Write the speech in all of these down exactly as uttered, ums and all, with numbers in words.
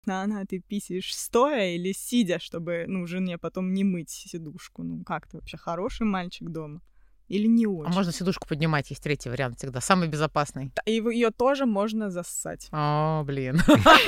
Нана, ты писаешь стоя или сидя, чтобы, ну, жене потом не мыть сидушку? Ну, как ты вообще, хороший мальчик дома? Или не очень? А можно сидушку поднимать, есть третий вариант всегда, самый безопасный. И ее тоже можно зассать. О, блин.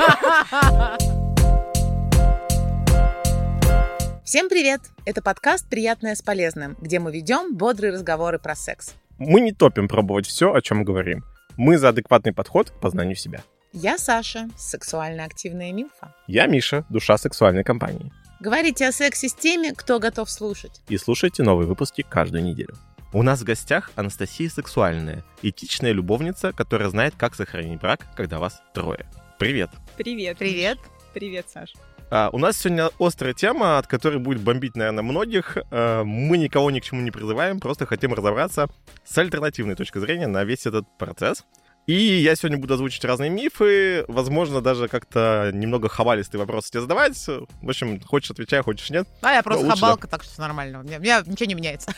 Всем привет! Это подкаст «Приятное с полезным», где мы ведем бодрые разговоры про секс. Мы не топим пробовать все, о чем говорим. Мы за адекватный подход к познанию себя. Я Саша, сексуально активная нимфа. Я Миша, душа сексуальной компании. Говорите о сексе с теми, кто готов слушать. И слушайте новые выпуски каждую неделю. У нас в гостях Анастасия Сексуальная, этичная любовница, которая знает, как сохранить брак, когда вас трое. Привет! Привет! Привет! Привет, Саш! А, у нас сегодня острая тема, от которой будет бомбить, наверное, многих. А, мы никого ни к чему не призываем, просто хотим разобраться с альтернативной точки зрения на весь этот процесс. И я сегодня буду озвучить разные мифы, возможно, даже как-то немного хабалистые вопросы тебе задавать. В общем, хочешь отвечай, хочешь нет. А я просто ну, хабалка, да. Так что все нормально. У меня, у меня ничего не меняется.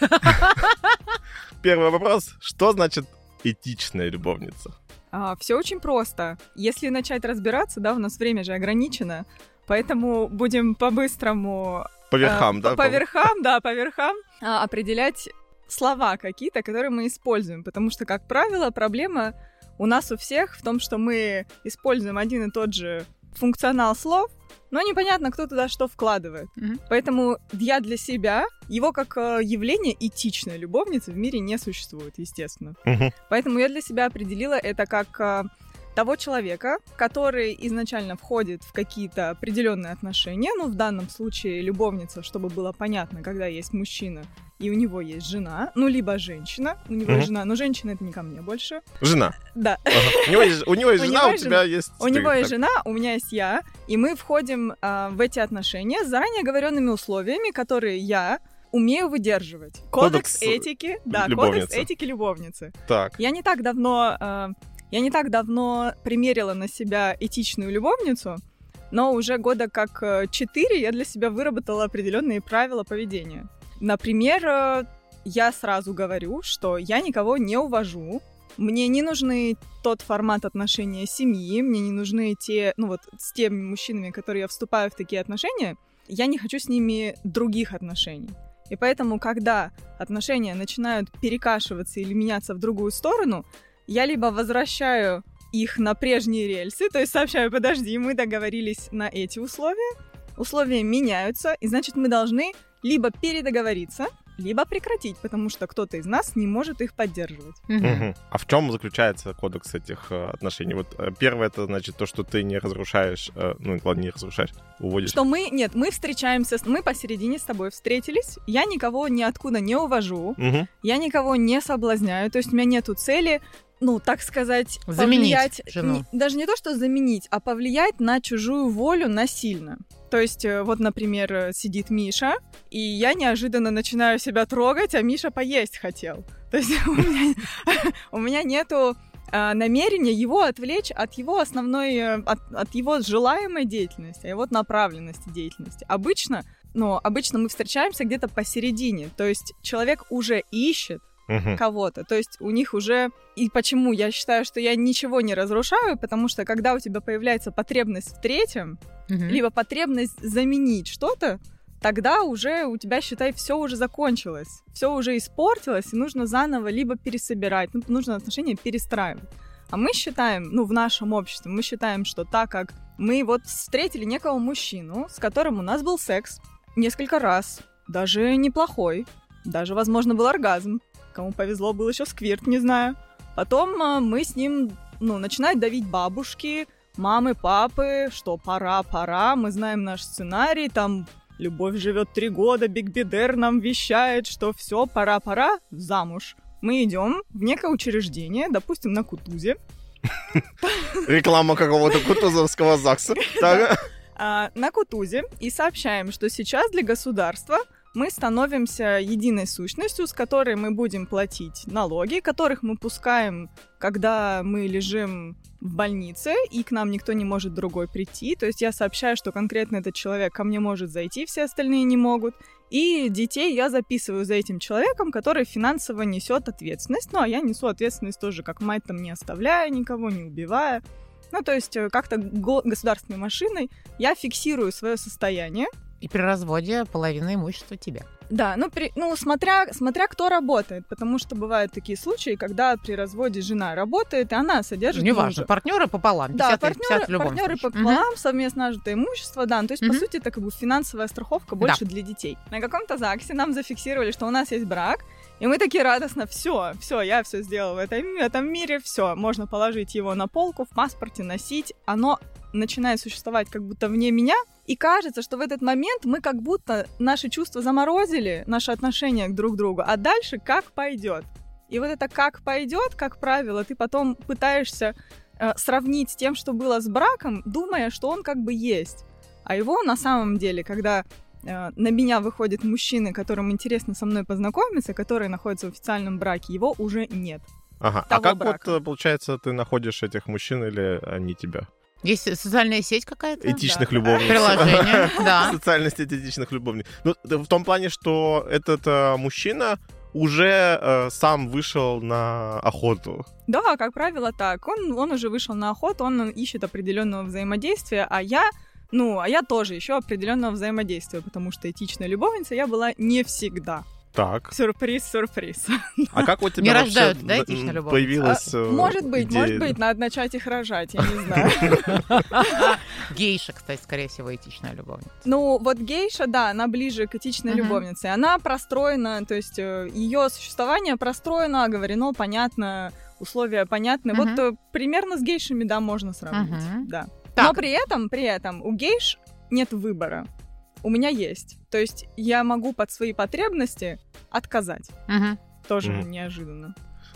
Первый вопрос. Что значит этичная любовница? А, все очень просто. Если начать разбираться, да, у нас время же ограничено, поэтому будем по-быстрому... По верхам, а, да? По, по верхам, да, по верхам а, определять слова какие-то, которые мы используем, потому что, как правило, проблема у нас у всех в том, что мы используем один и тот же функционал слов, но непонятно, кто туда что вкладывает. Mm-hmm. Поэтому я для себя, его как э, явление этичной любовницы в мире не существует, естественно. Mm-hmm. Поэтому я для себя определила это как э, того человека, который изначально входит в какие-то определенные отношения, ну, в данном случае любовница, чтобы было понятно, когда есть мужчина, и у него есть жена, ну, либо женщина, у него mm-hmm. есть жена, но женщина — это не ко мне больше. Жена. Да. Ага. У него есть, у него есть жена, у тебя есть У него есть жена, у меня есть я, и мы входим а, в эти отношения с заранее оговоренными условиями, которые я умею выдерживать. Кодекс, кодекс этики, да, любовницы. Кодекс этики любовницы. Так. Я не так давно, а, я не так давно примерила на себя этичную любовницу, но уже года как четыре я для себя выработала определенные правила поведения. Например, я сразу говорю, что я никого не увожу, мне не нужны тот формат отношения семьи, мне не нужны те, ну вот с теми мужчинами, которые я вступаю в такие отношения, я не хочу с ними других отношений. И поэтому, когда отношения начинают перекашиваться или меняться в другую сторону, я либо возвращаю их на прежние рельсы, то есть сообщаю: подожди, мы договорились на эти условия, условия меняются, и значит мы должны либо передоговориться, либо прекратить, потому что кто-то из нас не может их поддерживать. Mm-hmm. Угу. А в чем заключается кодекс этих э, отношений? Вот э, первое, это значит то, что ты не разрушаешь, э, ну, ладно, не разрушаешь, уводишь. Что мы, нет, мы встречаемся, мы посередине с тобой встретились, я никого ниоткуда не увожу, угу. я никого не соблазняю, то есть у меня нету цели, ну, так сказать, заменить повлиять, жену. Не, даже не то, что заменить, а повлиять на чужую волю насильно. То есть, вот, например, сидит Миша, и я неожиданно начинаю себя трогать, а Миша поесть хотел. То есть у меня, у меня нету а, намерения его отвлечь от его основной, от, от его желаемой деятельности, от направленности деятельности. Обычно, ну, обычно мы встречаемся где-то посередине, то есть человек уже ищет Uh-huh. кого-то, то есть у них уже... И почему я считаю, что я ничего не разрушаю, потому что когда у тебя появляется потребность в третьем, uh-huh. либо потребность заменить что-то, тогда уже у тебя, считай, все уже закончилось, все уже испортилось, и нужно заново либо пересобирать, ну, нужно отношения перестраивать. А мы считаем, ну, в нашем обществе, мы считаем, что так как мы вот встретили некого мужчину, с которым у нас был секс несколько раз, даже неплохой, даже, возможно, был оргазм, кому повезло, был еще сквирт, не знаю. Потом а, мы с ним, ну, начинают давить бабушки, мамы, папы, что пора, пора, мы знаем наш сценарий, там любовь живет три года, Биг Бидер нам вещает, что все, пора, пора, замуж. Мы идем в некое учреждение, допустим, на Кутузе. Реклама какого-то кутузовского ЗАГСа. На Кутузе и сообщаем, что сейчас для государства мы становимся единой сущностью, с которой мы будем платить налоги, которых мы пускаем, когда мы лежим в больнице, и к нам никто не может другой прийти. То есть я сообщаю, что конкретно этот человек ко мне может зайти, все остальные не могут. И детей я записываю за этим человеком, который финансово несет ответственность. Ну, а я несу ответственность тоже как мать, там, не оставляя никого, не убивая. Ну, то есть как-то го- государственной машиной я фиксирую свое состояние. И при разводе половина имущества тебе. Да, ну, при, ну смотря, смотря кто работает, потому что бывают такие случаи, когда при разводе жена работает, и она содержит Неважно, мужа. партнеры пополам, Да, пятьдесят партнеры, пятьдесят в любом партнеры случае. пополам, Угу. совместно нажитое имущество, да, ну, то есть, Мгм. по сути, это как бы финансовая страховка больше для детей. На каком-то ЗАГСе нам зафиксировали, что у нас есть брак, и мы такие радостно, все, все, я все сделала в этом, в этом мире, все, можно положить его на полку, в паспорте носить, оно начинает существовать как будто вне меня, и кажется, что в этот момент мы как будто наши чувства заморозили, наши отношения друг к другу, а дальше как пойдет. И вот это как пойдет, как правило, ты потом пытаешься э, сравнить с тем, что было с браком, думая, что он как бы есть. А его на самом деле, когда э, на меня выходят мужчины, которым интересно со мной познакомиться, которые находятся в официальном браке, его уже нет. Ага. Того А как брака. вот, получается, ты находишь этих мужчин или они тебя? Есть социальная сеть какая-то? Этичных да. любовниц. Приложение, да. Социальная сеть этичных любовниц. Ну, в том плане, что этот э, мужчина уже э, сам вышел на охоту. Да, как правило, так. Он, он уже вышел на охоту, он ищет определенного взаимодействия, а я, ну, а я тоже еще определенного взаимодействия, потому что этичная любовница я была не всегда. Так. Сюрприз, сюрприз. А как у тебя Не вообще рождают, да, н- этичная любовница? появилась А, э, может быть, идея? может быть, надо начать их рожать, я не знаю. Гейша, кстати, скорее всего, этичная любовница. Ну, вот гейша, да, она ближе к этичной Мгм. любовнице. Она простроена, то есть ее существование простроено, оговорено, понятно, условия понятны. Мгм. Вот э, примерно с гейшами, да, можно сравнить, Мгм. да. Так. Но при этом, при этом у гейш нет выбора. У меня есть. То есть я могу под свои потребности отказать. Мгм. Тоже Мгм. неожиданно.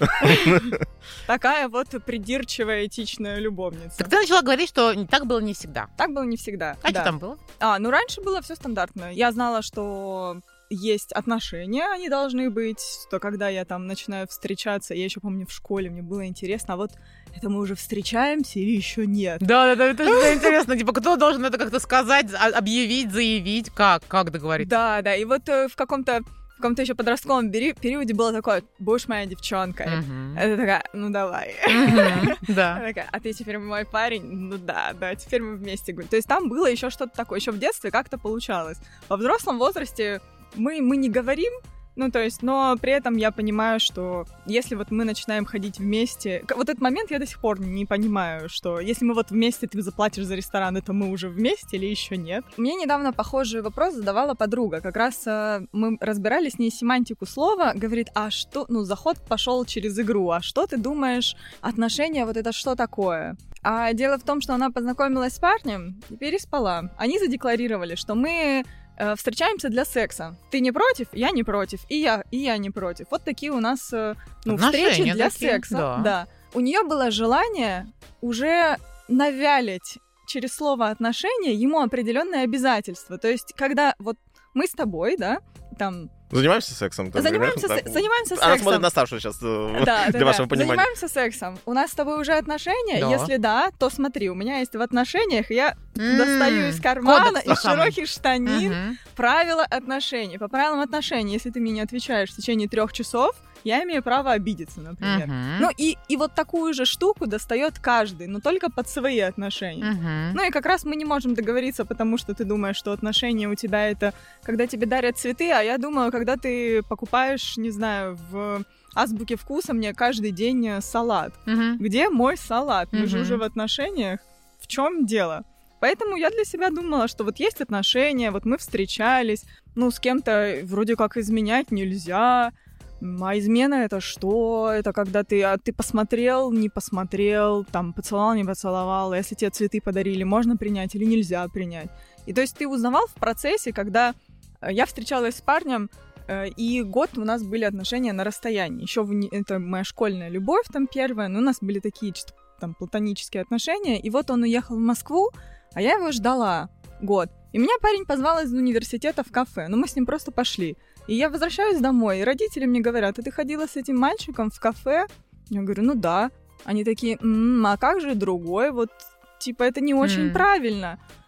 Такая вот придирчивая, этичная любовница. Так ты начала говорить, что так было не всегда. Так было не всегда. А да. что там было? А, ну раньше было все стандартно. Я знала, что есть отношения, они должны быть, что когда я там начинаю встречаться, я еще помню в школе, мне было интересно, а вот это мы уже встречаемся или еще нет? Да, да, да, это же интересно. Типа, кто должен это как-то сказать, а- объявить, заявить? Как? Как договориться? Да, да, и вот э, в каком-то в каком-то еще подростковом бери- периоде было такое: будешь моя девчонкой. Мгм. Это такая: ну давай. Мгм. Да. Она такая: а ты теперь мой парень? Ну да, да, теперь мы вместе гуляем. То есть там было еще что-то такое, еще в детстве как-то получалось. Во взрослом возрасте мы, мы не говорим, ну то есть, но при этом я понимаю, что если вот мы начинаем ходить вместе, к- вот этот момент я до сих пор не понимаю, что если мы вот вместе, ты заплатишь за ресторан, это мы уже вместе или еще нет. Мне недавно похожий вопрос задавала подруга, как раз э, мы разбирали с ней семантику слова, говорит: а что, ну заход пошел через игру, а что ты думаешь, отношения, вот это что такое? А дело в том, что она познакомилась с парнем и переспала. Они задекларировали, что мы э, встречаемся для секса. Ты не против? Я не против. И я, и я не против. Вот такие у нас э, ну, Отношения встречи для такие, секса. да. У нее было желание уже навялить через слово отношения ему определенные обязательства. То есть, когда вот мы с тобой, да, там Занимаемся сексом? там, занимаемся, да? се- занимаемся Она сексом. смотрит на Сашу сейчас, э, Да, для да, вашего да. понимания. Занимаемся сексом. У нас с тобой уже отношения? Да. Если да, то смотри, у меня есть в отношениях, я М, достаю из кармана, кодекс из самый. широких штанин Мгм. правила отношений. По правилам отношений, если ты мне не отвечаешь в течение трех часов, я имею право обидеться, например. Мгм. Ну и, и вот такую же штуку достает каждый, но только под свои отношения. Мгм. Ну и как раз мы не можем договориться, потому что ты думаешь, что отношения у тебя это когда тебе дарят цветы, а я думаю, когда ты покупаешь, не знаю, в азбуке вкуса мне каждый день э, салат. Мгм. Где мой салат? Мы же Мгм. уже в отношениях. В чем дело? Поэтому я для себя думала, что вот есть отношения, вот мы встречались, ну, с кем-то вроде как изменять нельзя. М, А измена это что? Это когда ты, а ты посмотрел, не посмотрел, там, поцеловал, не поцеловал. Если тебе цветы подарили, можно принять или нельзя принять. И то есть ты узнавал в процессе, когда э, я встречалась с парнем, э, и год у нас были отношения на расстоянии. Еще это моя школьная любовь там первая, но у нас были такие чисто там платонические отношения. И вот он уехал в Москву, а я его ждала год. И меня парень позвал из университета в кафе, но мы с ним просто пошли. И я возвращаюсь домой, и родители мне говорят: а ты ходила с этим мальчиком в кафе? Я говорю: ну да. Они такие: «М, а как же другой? Вот, типа, это не очень М. правильно.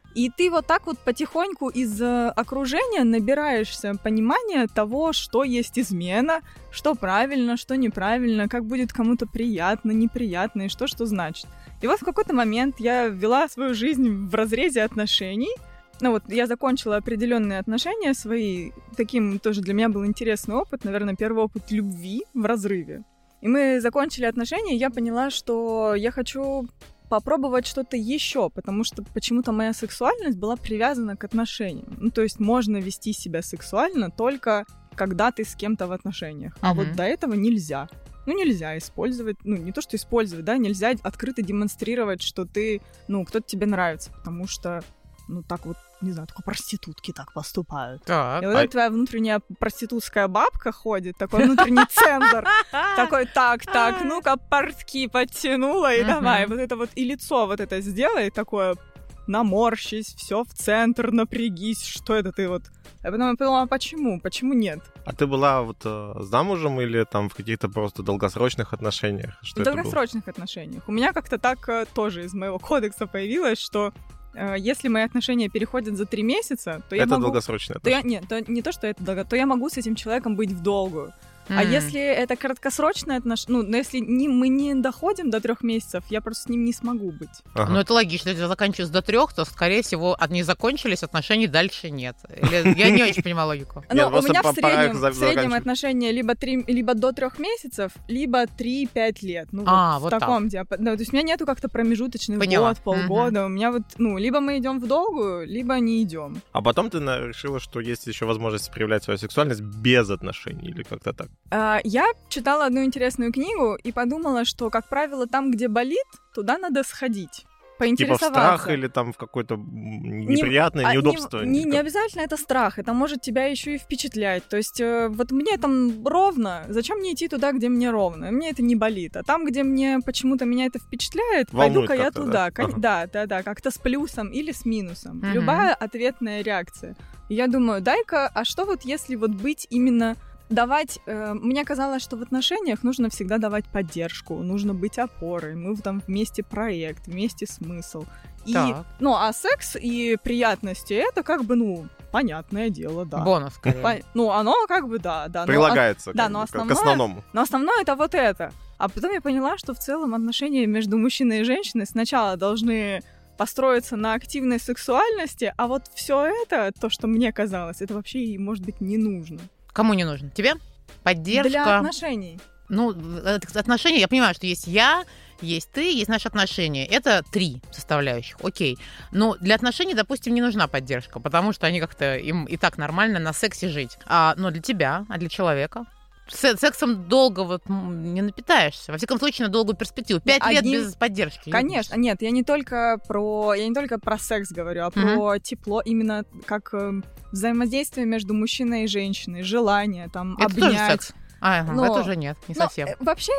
И ты вот так вот потихоньку из окружения набираешься понимания того, что есть измена, что правильно, что неправильно, как будет кому-то приятно, неприятно, и что что значит. И вот в какой-то момент я ввела свою жизнь в разрезе отношений. Ну вот, я закончила определенные отношения свои. Таким тоже для меня был интересный опыт, наверное, первый опыт любви в разрыве. И мы закончили отношения, и я поняла, что я хочу попробовать что-то еще, потому что почему-то моя сексуальность была привязана к отношениям. Ну, то есть можно вести себя сексуально только когда ты с кем-то в отношениях. А mm-hmm. вот до этого нельзя. Ну, нельзя использовать, ну, не то, что использовать, да, нельзя открыто демонстрировать, что ты, ну, кто-то тебе нравится, потому что, ну, так вот, не знаю, только проститутки так поступают. Так. И вот эта твоя внутренняя проститутская бабка ходит, такой внутренний цензор, такой, так, так, ну-ка, портки подтянула, и давай, вот это вот, и лицо вот это сделай, такое, наморщись, все в центр, напрягись, что это ты вот... Я потом подумала, почему, почему нет? А ты была вот э, замужем или там в каких-то просто долгосрочных отношениях? Что в долгосрочных было? отношениях. У меня как-то так э, тоже из моего кодекса появилось, что если мои отношения переходят за три месяца, то я это могу... долгосрочное то я... Нет, то не то, что это долго, то я могу с этим человеком быть в долгую. Mm. А если это краткосрочное отношение, ну, если не, мы не доходим до трех месяцев, я просто с ним не смогу быть. Ага. Ну, это логично. Если заканчивается до трех, то, скорее всего, они закончились, отношений дальше нет. Или... Я не очень понимаю логику. Ну, у меня в среднем отношения либо до трех месяцев, либо три-пять лет. Ну, вот в таком диапазоне. То есть у меня нету как-то промежуточных год, полгода. У меня вот, ну, либо мы идем в долгую, либо не идем. А потом ты решила, что есть еще возможность проявлять свою сексуальность без отношений или как-то так? Я читала одну интересную книгу и подумала, что, как правило, там, где болит, туда надо сходить. Поинтересоваться. Типа в страх или там в какое-то неприятное не, неудобство? Не, не, не обязательно это страх, это может тебя еще и впечатлять. То есть вот мне там ровно, зачем мне идти туда, где мне ровно? Мне это не болит. А там, где мне почему-то меня это впечатляет, волнует пойду-ка я туда. Да? Ага. да, да, да, как-то с плюсом или с минусом. Mm-hmm. Любая ответная реакция. И я думаю, дай-ка, а что вот если вот быть именно... Давать, э, мне казалось, что в отношениях нужно всегда давать поддержку, нужно быть опорой, мы там вместе проект, вместе смысл. И, ну, а секс и приятности, это как бы, ну, понятное дело, да. Бонус, скорее. По- ну, оно как бы, да, да. Прилагается но, да, но бы, основное, к основному. Но основное это вот это. А потом я поняла, что в целом отношения между мужчиной и женщиной сначала должны построиться на активной сексуальности, а вот все это, то, что мне казалось, это вообще, может быть, не нужно. Кому не нужно? Тебе? Поддержка? Для отношений. Ну, отношения, я понимаю, что есть я, есть ты, есть наши отношения. Это три составляющих, окей. Но для отношений, допустим, не нужна поддержка, потому что они как-то, им и так нормально на сексе жить. А, но для тебя, а для человека? Сексом долго вот не напитаешься. Во всяком случае, на долгую перспективу. Пять Одним... лет без поддержки. Конечно. Нет, я не только про... Я не только про секс говорю, а mm-hmm. про тепло, именно как э, взаимодействие между мужчиной и женщиной, желание там это обнять. Тоже секс. А, но, это уже нет, не но, совсем. Вообще,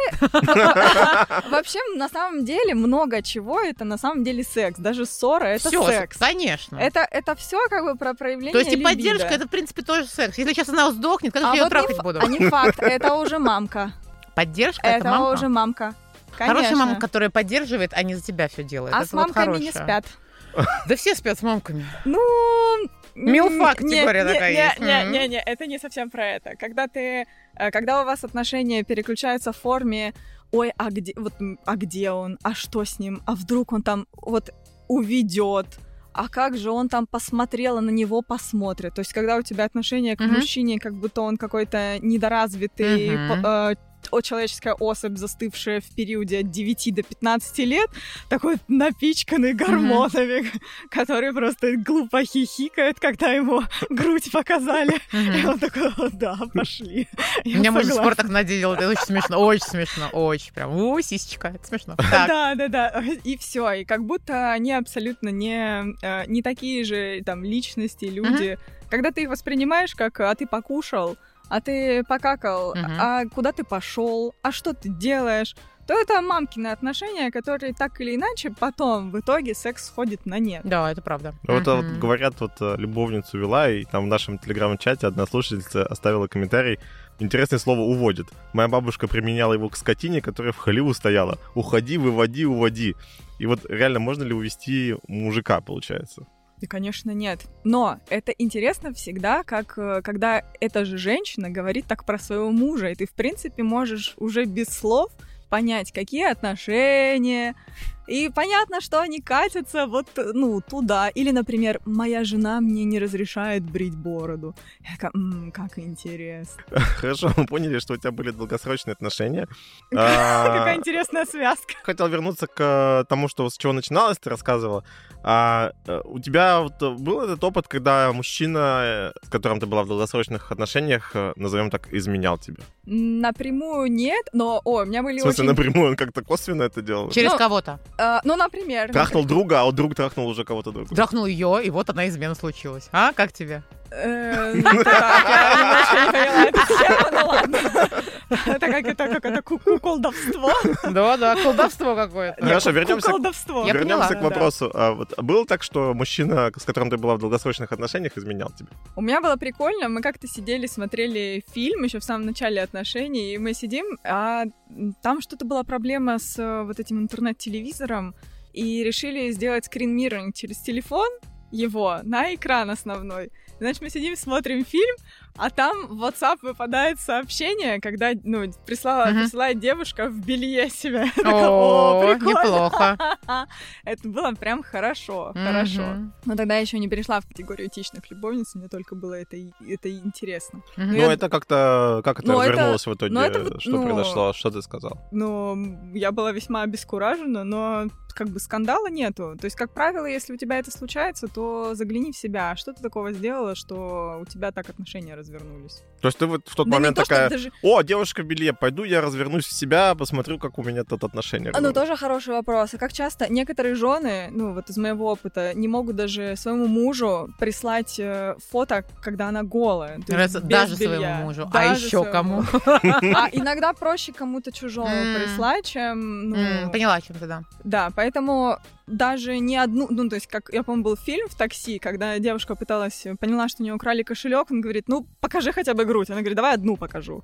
вообще, на самом деле, много чего это на самом деле секс. Даже ссора — это всё, секс. Конечно. Это, это все как бы про проявление То есть и либидо. поддержка — это, в принципе, тоже секс. Если сейчас она сдохнет, как а же я вот ее трахать не, буду? А не факт, это уже мамка. Поддержка — это, это мамка? Это уже мамка. Конечно. Хорошая мама, которая поддерживает, а не за тебя все делает. А это с мамками вот не спят. Да все спят с мамками. Ну... Милфа категория не, такая не, есть. Не, mm-hmm. не, не, это не совсем про это. Когда ты, когда у вас отношения переключаются в форме, ой, а где, вот, а где он, а что с ним, а вдруг он там вот уведет, а как же он там посмотрел, на него посмотрит. То есть, когда у тебя отношение к mm-hmm. мужчине, как будто он какой-то недоразвитый, mm-hmm. человеческая особь, застывшая в периоде от девяти до пятнадцати лет, такой напичканный гормонами, mm-hmm. который просто глупо хихикает, когда ему грудь показали. Mm-hmm. И он такой, о, да, пошли. У меня муж спорт так наделал, это очень смешно, очень смешно, очень прям, у, сисечка, это смешно. Да, да, да, и все, и как будто они абсолютно не, не такие же там личности, люди. Mm-hmm. Когда ты их воспринимаешь как, а ты покушал, а ты покакал, uh-huh. а куда ты пошел, а что ты делаешь, то это мамкины отношения, которые так или иначе потом в итоге секс сходит на нет. Да, это правда. Вот, uh-huh. вот говорят, вот любовницу вела, и там в нашем телеграм-чате одна слушательница оставила комментарий. Интересное слово «уводит». Моя бабушка применяла его к скотине, которая в хлеву стояла. Уходи, выводи, уводи. И вот реально можно ли увести мужика, получается? Да, конечно, нет. Но это интересно всегда, как когда эта же женщина говорит так про своего мужа, и ты, в принципе, можешь уже без слов понять, какие отношения. И понятно, что они катятся вот, ну, туда. Или, например, моя жена мне не разрешает брить бороду. Я такая, м-м, как интересно. Хорошо, мы поняли, что у тебя были долгосрочные отношения. Какая интересная связка. Хотел вернуться к тому, что с чего начиналось, ты рассказывала. А у тебя вот был этот опыт, когда мужчина, с которым ты была в долгосрочных отношениях, назовем так, изменял тебе? Напрямую нет, но, о, у меня были очень... В смысле, очень... напрямую он как-то косвенно это делал? Через ну, кого-то? Uh, ну, например... Трахнул друга, а вот друг трахнул уже кого-то другого. Трахнул ее, и вот одна измена случилась. А, как тебе? Так, я немножко не поняла эту тему, ну ладно. Это как это, как это, колдовство? Да-да, колдовство какое-то. Хорошо, вернемся Вернемся к вопросу. Было так, что мужчина, с которым ты была в долгосрочных отношениях, изменял тебе? У меня было прикольно, мы как-то сидели, смотрели фильм еще в самом начале отношений, и мы сидим, а там что-то была проблема с вот этим интернет-телевизором, и решили сделать скрин-мирринг через телефон его на экран основной. Значит, мы сидим, смотрим фильм, а там в WhatsApp выпадает сообщение, когда, ну, прислала, uh-huh. присылает девушка в белье себя. О, неплохо. Это было прям хорошо, хорошо. Но тогда я еще не перешла в категорию этичных любовниц, мне только было это, это интересно. Ну, это как-то, как это развернулось в итоге? Что произошло? Что ты сказал? Ну, я была весьма обескуражена, но как бы скандала нету. То есть, как правило, если у тебя это случается, то загляни в себя. Что ты такого сделала, что у тебя так отношения развернулись? То есть ты вот в тот да момент такая, даже... о, девушка в белье, пойду я развернусь в себя, посмотрю, как у меня тут отношения. А, ну, тоже хороший вопрос. А как часто некоторые жены, ну, вот из моего опыта, не могут даже своему мужу прислать э, фото, когда она голая. Раз, даже белья. Своему мужу. Даже а еще кому? А иногда проще кому-то чужому прислать, чем... Поняла, чем тогда. Да, поэтому... Даже не одну, ну, то есть, как, я помню, был фильм в такси, когда девушка пыталась, поняла, что у нее украли кошелек, он говорит, ну, покажи хотя бы грудь. Она говорит, давай одну покажу.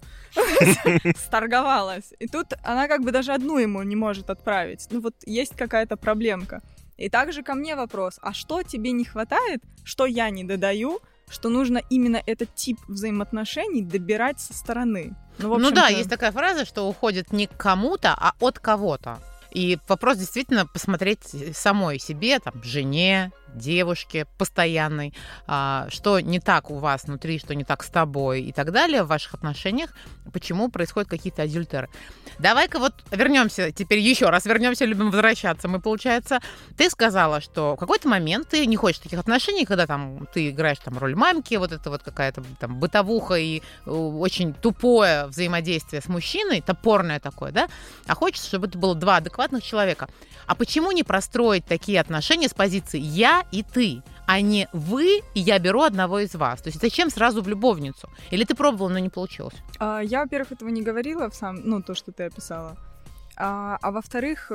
Сторговалась. И тут она как бы даже одну ему не может отправить. Ну, вот есть какая-то проблемка. И также ко мне вопрос, а что тебе не хватает, что я не додаю, что нужно именно этот тип взаимоотношений добирать со стороны? Ну, ну да, есть такая фраза, что уходит не к кому-то, а от кого-то. И вопрос действительно посмотреть самой себе, там, жене, девушке постоянной, а, что не так у вас внутри, что не так с тобой и так далее в ваших отношениях, почему происходят какие-то адюльтеры. Давай-ка вот вернемся теперь еще раз, вернемся, любим возвращаться. Мы, получается, ты сказала, что в какой-то момент ты не хочешь таких отношений, когда там ты играешь там роль мамки, вот это вот какая-то там бытовуха и очень тупое взаимодействие с мужчиной, топорное такое, да, а хочется, чтобы это было два адекватных человека. А почему не простроить такие отношения с позиции «я» и «ты», а не «вы» и «я беру одного из вас»? То есть зачем сразу в любовницу? Или ты пробовала, но не получилось? А, я, во-первых, этого не говорила, в сам, ну, то, что ты описала. А, а во-вторых,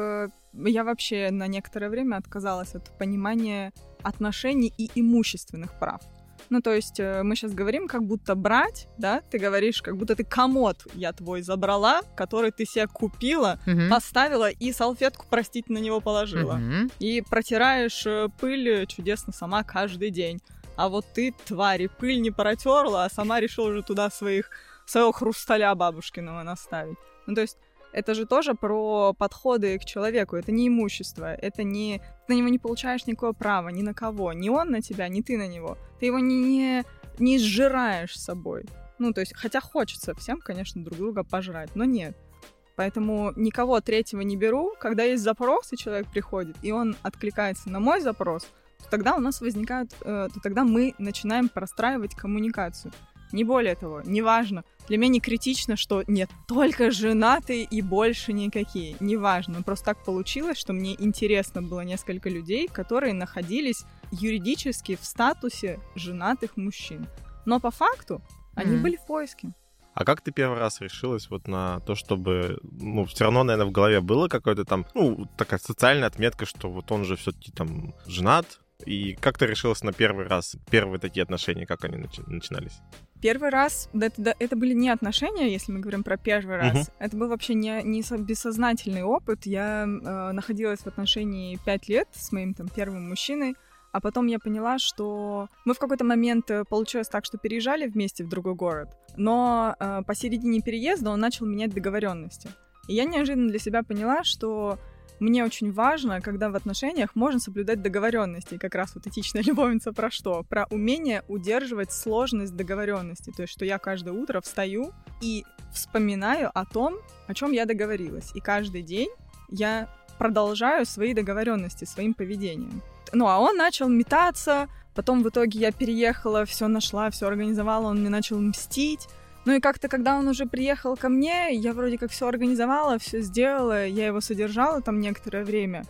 я вообще на некоторое время отказалась от понимания отношений и имущественных прав. Ну, то есть мы сейчас говорим, как будто брать, да, ты говоришь, как будто ты комод я твой забрала, который ты себе купила, uh-huh. поставила и салфетку, простите, на него положила. Uh-huh. И протираешь пыль чудесно сама каждый день. А вот ты, твари, пыль не протерла, а сама решила уже туда своих, своего хрусталя бабушкиного наставить. Ну, то есть это же тоже про подходы к человеку. Это не имущество, это не... Ты на него не получаешь никакого права, ни на кого. Ни он на тебя, ни ты на него. Ты его не, не, не сжираешь с собой. Ну, то есть, хотя хочется всем, конечно, друг друга пожрать, но нет. Поэтому никого третьего не беру. Когда есть запрос, и человек приходит, и он откликается на мой запрос, то тогда у нас возникают... Э, то тогда мы начинаем простраивать коммуникацию. Не более того, неважно. Для меня не критично, что нет, только женатые и больше никакие. Неважно. Просто так получилось, что мне интересно было несколько людей, которые находились юридически в статусе женатых мужчин. Но по факту они mm-hmm. были в поиске. А как ты первый раз решилась вот на то, чтобы, ну, все равно, наверное, в голове было какое-то там, ну, такая социальная отметка, что вот он же все-таки там женат, и как ты решилась на первый раз, первые такие отношения, как они начи- начинались? Первый раз, да, это, да, это были не отношения, если мы говорим про первый раз. Uh-huh. Это был вообще не, не бессознательный опыт. Я э, находилась в отношении пять лет с моим там первым мужчиной. А потом я поняла, что мы в какой-то момент получилось так, что переезжали вместе в другой город, но э, посередине переезда он начал менять договоренности. И я неожиданно для себя поняла, что мне очень важно, когда в отношениях можно соблюдать договоренности. И как раз вот этичная любовница про что? Про умение удерживать сложность договоренности. То есть, что я каждое утро встаю и вспоминаю о том, о чем я договорилась. И каждый день я продолжаю свои договоренности своим поведением. Ну, а он начал метаться, потом в итоге я переехала, все нашла, все организовала, он мне начал мстить. Ну и как-то, когда он уже приехал ко мне, я вроде как все организовала, все сделала, я его содержала там некоторое время.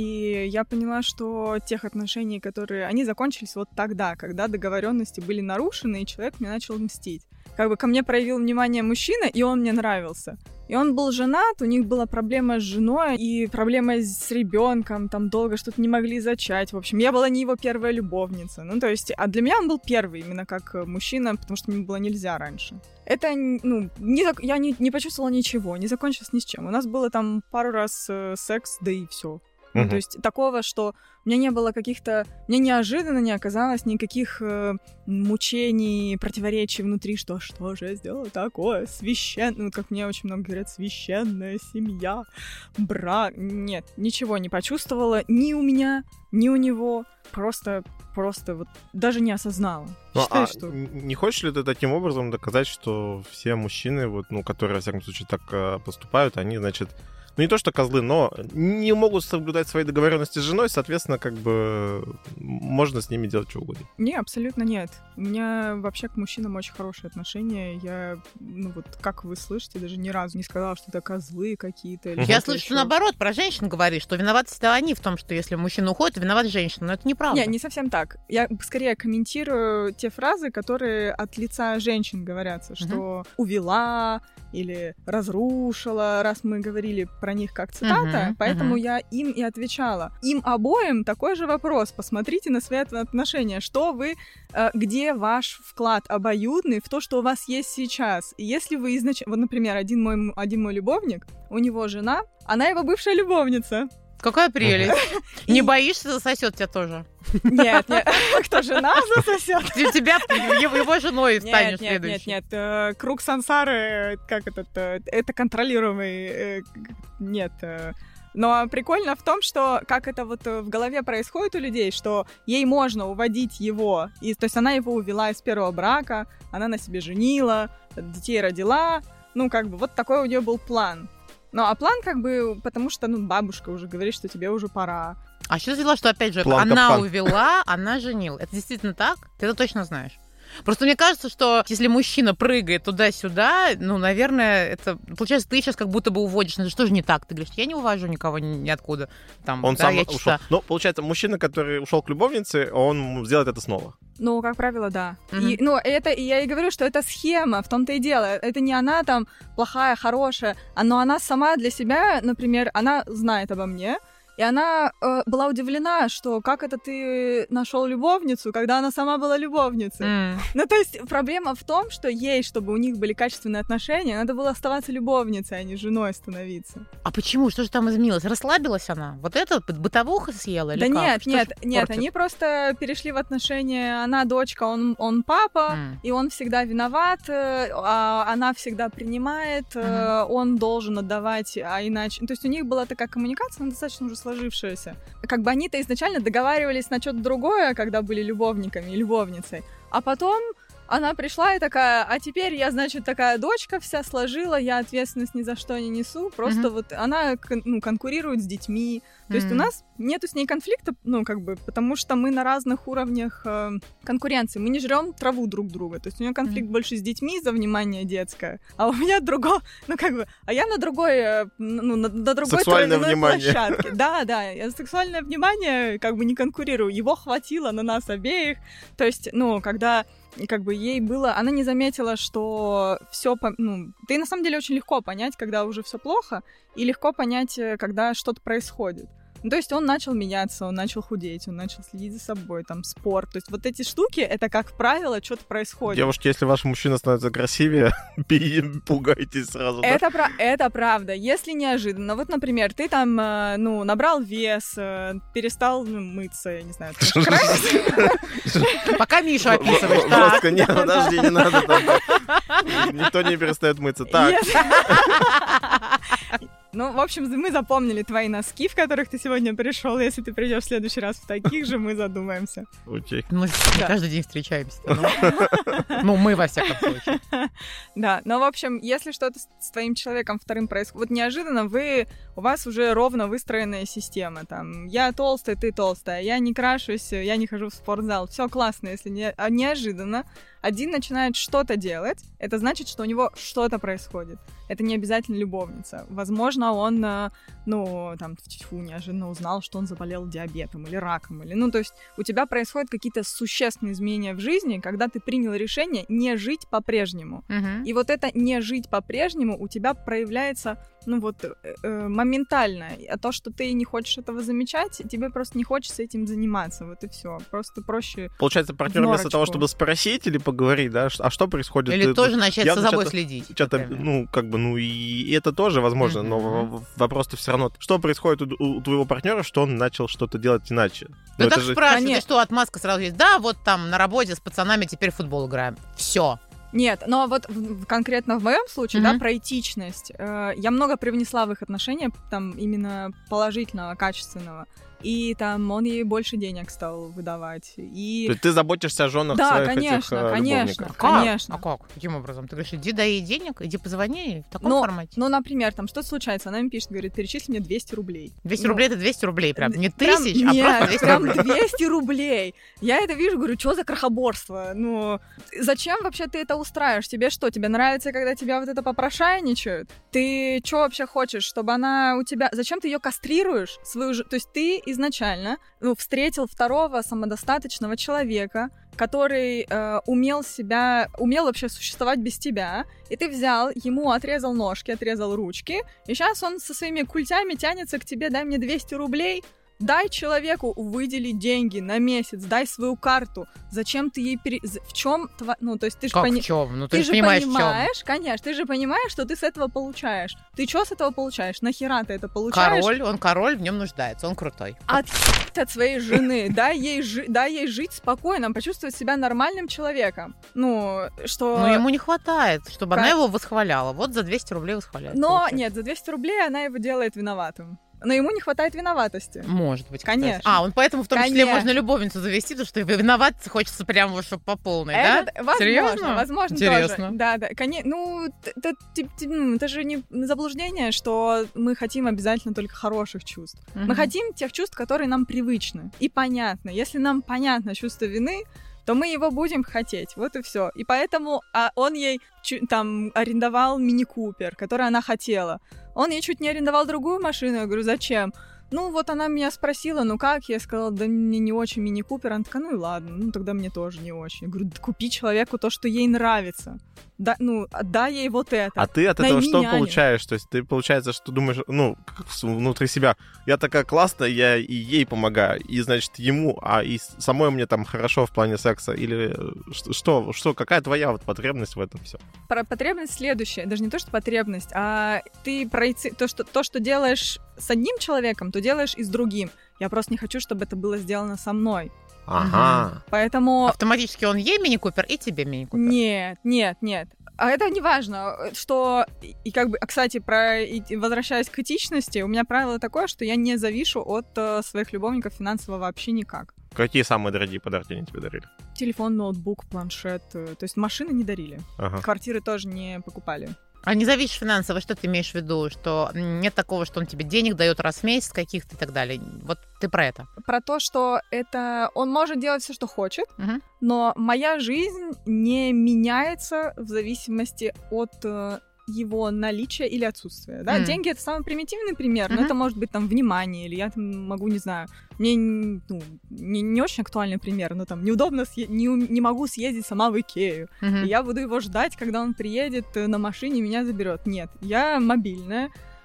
И я поняла, что тех отношений, которые... Они закончились вот тогда, когда договоренности были нарушены, и человек мне начал мстить. Как бы ко мне проявил внимание мужчина, и он мне нравился. И он был женат, у них была проблема с женой и проблема с ребенком, там долго что-то не могли зачать. В общем, я была не его первая любовница. Ну, то есть, а для меня он был первый, именно как мужчина, потому что мне было нельзя раньше. Это, ну, не, я не, не почувствовала ничего, не закончилось ни с чем. У нас было там пару раз э, секс, да и все. Uh-huh. Ну, то есть такого, что у меня не было каких-то... Мне неожиданно не оказалось никаких э, мучений, противоречий внутри, что что же я сделала такое священное. Ну, как мне очень много говорят, священная семья, брак. Нет, ничего не почувствовала ни у меня, ни у него. Просто, просто вот даже не осознала. Ну, Считаю, а что... не хочешь ли ты таким образом доказать, что все мужчины, вот, ну, которые, во всяком случае, так э, поступают, они, значит... Ну, не то, что козлы, но не могут соблюдать свои договоренности с женой, соответственно, как бы можно с ними делать что угодно. Не, абсолютно нет. У меня вообще к мужчинам очень хорошие отношения. Я, ну вот, как вы слышите, даже ни разу не сказала, что это козлы какие-то. Или Я слышу, что наоборот, про женщин говоришь, что виноваты всегда они в том, что если мужчина уходит, виноват женщина. Но это неправда. Не, не совсем так. Я скорее комментирую те фразы, которые от лица женщин говорятся, что uh-huh. увела или разрушила, раз мы говорили про них как цитата, uh-huh, поэтому uh-huh. я им и отвечала. Им обоим такой же вопрос. Посмотрите на свои отношения. Что вы, э, где ваш вклад обоюдный в то, что у вас есть сейчас? И если вы изначально... Вот, например, один мой, один мой любовник, у него жена, она его бывшая любовница. Какая прелесть. Uh-huh. Не боишься, засосет тебя тоже? Нет, нет. Кто жена засосет? Тебя, его женой станешь следующей. Нет, нет, нет. Круг сансары, как этот, это контролируемый... Нет. Но прикольно в том, что как это вот в голове происходит у людей, что ей можно уводить его. И, то есть она его увела из первого брака, она на себе женила, детей родила. Ну, как бы вот такой у нее был план. Ну, а план как бы, потому что, ну, бабушка уже говорит, что тебе уже пора. А что ты взяла, что, опять же, План она капкан. увела, она женила? Это действительно так? Ты это точно знаешь? Просто мне кажется, что если мужчина прыгает туда-сюда, ну, наверное, это... Получается, ты сейчас как будто бы уводишь. Это что же не так? Ты говоришь, я не увожу никого ни- ниоткуда. Там, Он да, сам я ушел. чисто... Ну, получается, мужчина, который ушел к любовнице, он сделает это снова. Ну, как правило, да. Мгм. И, ну, это, и я и говорю, что это схема, в том-то и дело. Это не она там плохая, хорошая, но она сама для себя, например, она знает обо мне, и она э, была удивлена, что как это ты нашел любовницу, когда она сама была любовницей. М. Ну, то есть проблема в том, что ей, чтобы у них были качественные отношения, надо было оставаться любовницей, а не женой становиться. А почему? Что же там изменилось? Расслабилась она? Вот это вот бытовуха съела? Или Да как? нет, Что нет, ж нет, портит? они просто перешли в отношения, она дочка, он, он папа, М. и он всегда виноват, э, а она всегда принимает, э, он должен отдавать, а иначе... То есть у них была такая коммуникация, она достаточно уже сложившаяся. Как бы они-то изначально договаривались на что-то другое, когда были любовниками и любовницей, а потом она пришла и такая, а теперь я, значит, такая дочка вся сложила, я ответственность ни за что не несу, просто Мгм. вот она кон- ну, конкурирует с детьми. То есть у М. нас нету с ней конфликта, ну, как бы, потому что мы на разных уровнях э, конкуренции. Мы не жрем траву друг друга. То есть у нее конфликт Мгм. больше с детьми за внимание детское, а у меня другое, ну, как бы, а я на другой, э, ну, на, на другой Сексуальное травяной внимание. площадке. Да, да, я за сексуальное внимание как бы не конкурирую. Его хватило на нас обеих. То есть, ну, когда как бы ей было, она не заметила, что все, ну, да и на самом деле очень легко понять, когда уже все плохо, и легко понять, э, когда что-то происходит. Ну, то есть он начал меняться, он начал худеть, он начал следить за собой, там, спорт. То есть вот эти штуки, это, как правило, что-то происходит. Девушки, если ваш мужчина становится красивее, пугайтесь сразу. Да? Это, про- это правда. Если неожиданно, вот, например, ты там, э, ну, набрал вес, э, перестал ну, мыться, я не знаю, Пока Мишу описываешь. Так. Жестко, нет, подожди, не надо так. Никто не перестает мыться. Так. Ну, в общем, мы запомнили твои носки, в которых ты сегодня пришел. Если ты придешь в следующий раз в таких же, мы задумаемся. Окей. Мы каждый день встречаемся. Ну, мы во всяком случае. Да, но, в общем, если что-то с твоим человеком вторым происходит, вот неожиданно вы, у вас уже ровно выстроенная система. Там, я толстая, ты толстая, я не крашусь, я не хожу в спортзал. Все классно, если не... А неожиданно один начинает что-то делать, это значит, что у него что-то происходит. Это не обязательно любовница. Возможно, он, ну, там, тьфу, неожиданно узнал, что он заболел диабетом или раком. Или, ну, то есть у тебя происходят какие-то существенные изменения в жизни, когда ты принял решение не жить по-прежнему. Угу. И вот это не жить по-прежнему у тебя проявляется, ну, вот, э, э, моментально. А то, что ты не хочешь этого замечать, тебе просто не хочется этим заниматься. Вот и все. Просто проще. Получается, партнер вместо того, чтобы спросить или поговорить, да, а что происходит? Или ты, тоже начать я за собой что-то, следить. Что-то, ну, как бы, ну, и это тоже возможно, mm-hmm. но вопрос-то все равно, что происходит у, у твоего партнера, что он начал что-то делать иначе? Ну, так же... спрашивают, что отмазка сразу есть. Да, вот там на работе с пацанами теперь в футбол играем. Все. Нет, но вот в, конкретно в моем случае, mm-hmm. да, про этичность. Э, я много привнесла в их отношения, там, именно положительного, качественного. И там он ей больше денег стал выдавать. И... То есть ты заботишься о женах да, своих конечно, этих конечно, любовников? конечно. А как? Каким образом? Ты говоришь, иди дай ей денег, иди позвони в таком ну, формате? Ну, например, там что-то случается, она мне пишет, говорит, перечисли мне двести рублей. двести ну, рублей — это двести рублей, прям не прям, тысяч, нет, а просто двести прям рублей. двести рублей. Я это вижу, говорю, что за крохоборство? Ну, зачем вообще ты это устраиваешь? Тебе что, тебе нравится, когда тебя вот это попрошайничают? Ты что вообще хочешь, чтобы она у тебя... Зачем ты ее кастрируешь? Свою ж... То есть ты изначально ну, встретил второго самодостаточного человека, который э, умел себя, умел вообще существовать без тебя, и ты взял, ему отрезал ножки, отрезал ручки, и сейчас он со своими культями тянется к тебе, дай мне двести рублей, дай человеку выделить деньги на месяц, дай свою карту. Зачем ты ей пере... В чем тва... Ну, то есть ты же как пони... в чем? Ну, ты, ты же же понимаешь, понимаешь, в чем. конечно, ты же понимаешь, что ты с этого получаешь. Ты что с этого получаешь? Нахера ты это получаешь? Король, он король, в нем нуждается, он крутой. От, от своей жены, дай ей, жи... дай ей жить спокойно, почувствовать себя нормальным человеком. Ну, что... Но ему не хватает, чтобы как... она его восхваляла. Вот за двести рублей восхваляет. Но получается. нет, за двести рублей она его делает виноватым. Но ему не хватает виноватости. Может быть, конечно. Кстати. А, он поэтому в том конечно. числе можно любовницу завести, потому что виноват хочется прямо, чтобы по полной, это, да? Возможно, Серьезно? возможно Интересно. тоже. Да, да, конечно. Ну, это, это же не заблуждение, что мы хотим обязательно только хороших чувств. Mm-hmm. Мы хотим тех чувств, которые нам привычны и понятны. Если нам понятно чувство вины, то мы его будем хотеть, вот и все. И поэтому а он ей чу- там арендовал мини-купер, который она хотела. Он ей чуть не арендовал другую машину. Я говорю, зачем? Ну, вот она меня спросила, ну как? Я сказала, да мне не очень мини-купер. Она такая, ну и ладно, ну тогда мне тоже не очень. Я говорю, да купи человеку то, что ей нравится. Да, ну, дай ей вот это. А ты от этого Найми что няню. получаешь? То есть ты, получается, что думаешь, ну, внутри себя, я такая классная, я и ей помогаю, и, значит, ему, а и самой мне там хорошо в плане секса, или что, что какая твоя вот потребность в этом все? Про потребность следующая, даже не то, что потребность, а ты проеци... то, что, то, что делаешь с одним человеком, то делаешь и с другим. Я просто не хочу, чтобы это было сделано со мной. Ага. Поэтому... Автоматически он ей мини-купер и тебе мини-купер. Нет, нет, нет. А это не важно, что... И как бы, кстати, про... и возвращаясь к этичности, у меня правило такое, что я не завишу от э, своих любовников финансово вообще никак. Какие самые дорогие подарки они тебе дарили? Телефон, ноутбук, планшет. э, То есть машины не дарили. Ага. Квартиры тоже не покупали. А не зависишь финансово, что ты имеешь в виду? Что нет такого, что он тебе денег дает раз в месяц каких-то и так далее. Вот ты про это. Про то, что это... Он может делать все, что хочет, Угу. но моя жизнь не меняется в зависимости от э, его наличия или отсутствия. Да? Mm. Деньги — это самый примитивный пример, но Mm-hmm. это может быть там внимание, или я там могу, не знаю, мне ну, не, не очень актуальный пример, но там неудобно, съе- не, не могу съездить сама в Икею, Угу. и я буду его ждать, когда он приедет на машине и меня заберет. Нет, я мобильная,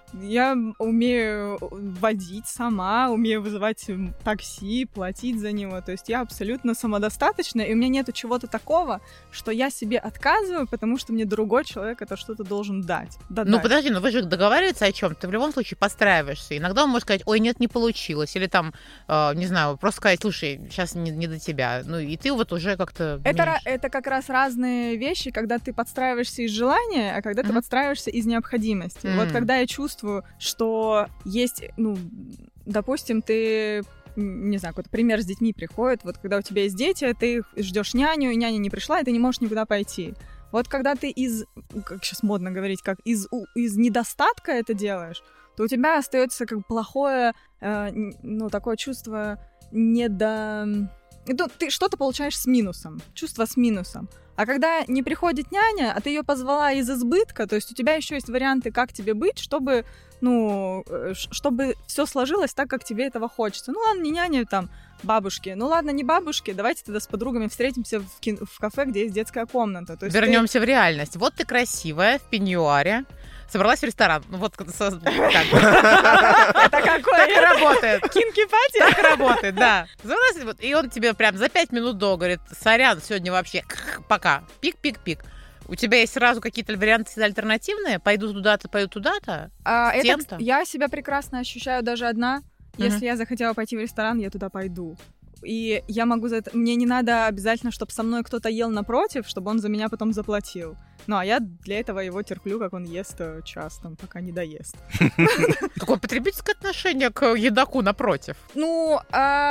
Я умею водить сама, умею вызывать такси, платить за него. То есть я абсолютно самодостаточна, и у меня нету чего-то такого, что я себе отказываю, потому что мне другой человек это что-то должен дать. Додать. Ну, подожди, ну вы же договариваетесь о чем? Ты в любом случае подстраиваешься. Иногда он может сказать, ой, нет, не получилось. Или там, э, не знаю, просто сказать, слушай, сейчас не, не до тебя. Ну, и ты вот уже как-то... Это, меньше. это как раз разные вещи, когда ты подстраиваешься из желания, а когда mm-hmm. ты подстраиваешься из необходимости. Mm-hmm. Вот когда я чувствую, что есть, ну, допустим, ты, не знаю, какой-то пример с детьми приходит, вот когда у тебя есть дети, ты ждешь няню, и няня не пришла, и ты не можешь никуда пойти. Вот когда ты из, как сейчас модно говорить, как из, из недостатка это делаешь, то у тебя остается как плохое, э, ну, такое чувство недо... Ну, ты что-то получаешь с минусом, чувство с минусом. А когда не приходит няня, а ты ее позвала из избытка, то есть у тебя еще есть варианты, как тебе быть, чтобы, ну, чтобы все сложилось так, как тебе этого хочется. Ну ладно, не няня, там, бабушки. Ну ладно, не бабушки, давайте тогда с подругами встретимся в, кин- в кафе, где есть детская комната. То есть Вернемся ты... в реальность. Вот ты красивая, в пеньюаре, собралась в ресторан. Ну вот это какое? Так и работает. Кинки-пати? Так и работает, да. И он тебе прям за пять минут до говорит, сорян, сегодня вообще пока. Пик-пик-пик. У тебя есть сразу какие-то варианты альтернативные? Пойду туда-то, пойду туда-то? А, с это, тем-то? Я себя прекрасно ощущаю даже одна. Если uh-huh. я захотела пойти в ресторан, я туда пойду. И я могу за это... Мне не надо обязательно, чтобы со мной кто-то ел напротив, чтобы он за меня потом заплатил. Ну, а я для этого его терплю, как он ест час, там, пока не доест. Какое потребительское отношение к едоку напротив? Ну,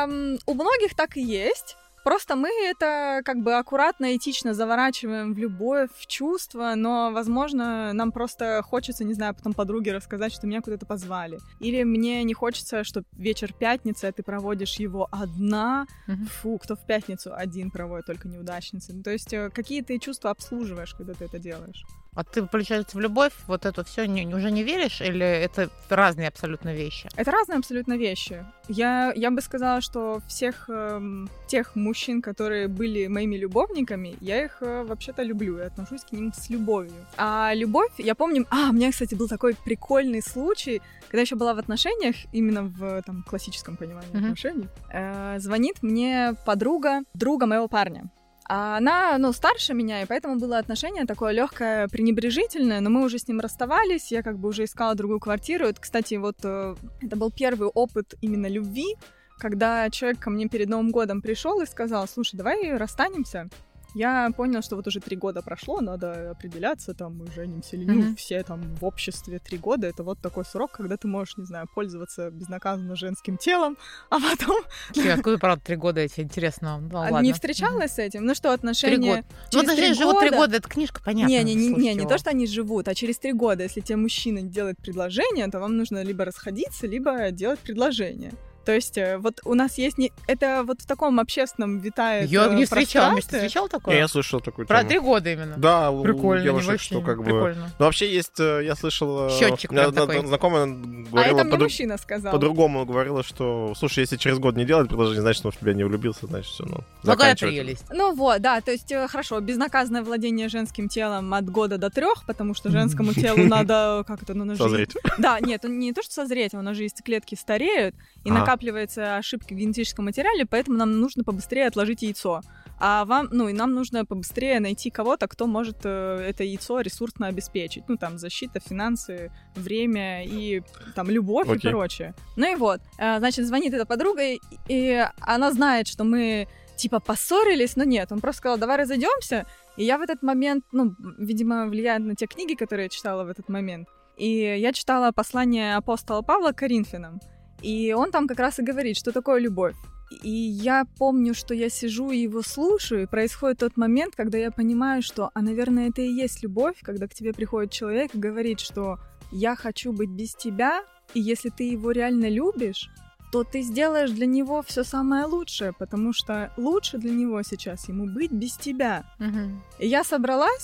у многих так и есть. Просто мы это как бы аккуратно, этично заворачиваем в любовь, в чувство, но, возможно, нам просто хочется, не знаю, потом подруге рассказать, что меня куда-то позвали. Или мне не хочется, что вечер пятницы, а ты проводишь его одна. Mm-hmm. Фу, кто в пятницу один проводит, только неудачницы. Ну, то есть какие ты чувства обслуживаешь, когда ты это делаешь? А ты, получается, в любовь вот это все не, уже не веришь? Или это разные абсолютно вещи? Это разные абсолютно вещи. Я, я бы сказала, что всех эм, тех мужчин, которые были моими любовниками, я их э, вообще-то люблю и отношусь к ним с любовью. А любовь, я помню... А, у меня, кстати, был такой прикольный случай, когда я еще была в отношениях, именно в там, классическом понимании mm-hmm. отношений, э, звонит мне подруга друга моего парня. А она, ну, старше меня, и поэтому было отношение такое легкое, пренебрежительное, но мы уже с ним расставались, я как бы уже искала другую квартиру. Это, кстати, вот э, это был первый опыт именно любви, когда человек ко мне перед Новым годом пришел и сказал, слушай, давай расстанемся. Я поняла, что вот уже три года прошло, надо определяться, там, мы женимся или нет. Mm-hmm. Все там в обществе три года, это вот такой срок, когда ты можешь, не знаю, пользоваться безнаказанно женским телом, а потом... Слушай, откуда, правда, три года эти, интересно? Ну, ладно. Не встречалась mm-hmm. с этим? Ну что, отношения... Ну, отношения живут три года, это книжка, понятно. Не, не, не, не, не то, что они живут, а через три года, если тебе мужчина делает предложение, то вам нужно либо расходиться, либо делать предложение. То есть вот у нас есть... Не... Это вот в таком общественном витает Я не встречала. Ты встречал такое? Я слышал такую Про тему. три года именно? Да, прикольно, у девушек, что как бы... Прикольно. Ну, вообще есть... Я слышал... Счетчик прям такой. Знакомая говорила... А это мне по мужчина сказал. По-другому говорила, что... Слушай, если через год не делать предложение, значит, он в тебя не влюбился, значит, все, ну... Какая прелесть. Ну вот, да, то есть хорошо, безнаказанное владение женским телом от года до трех, потому что женскому телу надо... Как это? Ну, созреть. Да, нет, не то, что созреть, у нас же яйцеклетки стареют, и накапливается ошибка в генетическом материале, поэтому нам нужно побыстрее отложить яйцо. А вам, ну, и нам нужно побыстрее найти кого-то, кто может э, это яйцо ресурсно обеспечить. Ну, там, защита, финансы, время и там любовь okay. и прочее. Ну и вот, э, значит, звонит эта подруга, и, и она знает, что мы типа поссорились, но нет, он просто сказал, давай разойдемся. И я в этот момент, ну, видимо, влияет на те книги, которые я читала в этот момент. И я читала послание апостола Павла к Коринфянам. И он там как раз и говорит, что такое любовь. И я помню, что я сижу и его слушаю, и происходит тот момент, когда я понимаю, что, а, наверное, это и есть любовь, когда к тебе приходит человек и говорит, что я хочу быть без тебя, и если ты его реально любишь, то ты сделаешь для него все самое лучшее, потому что лучше для него сейчас ему быть без тебя. Mm-hmm. И я собралась,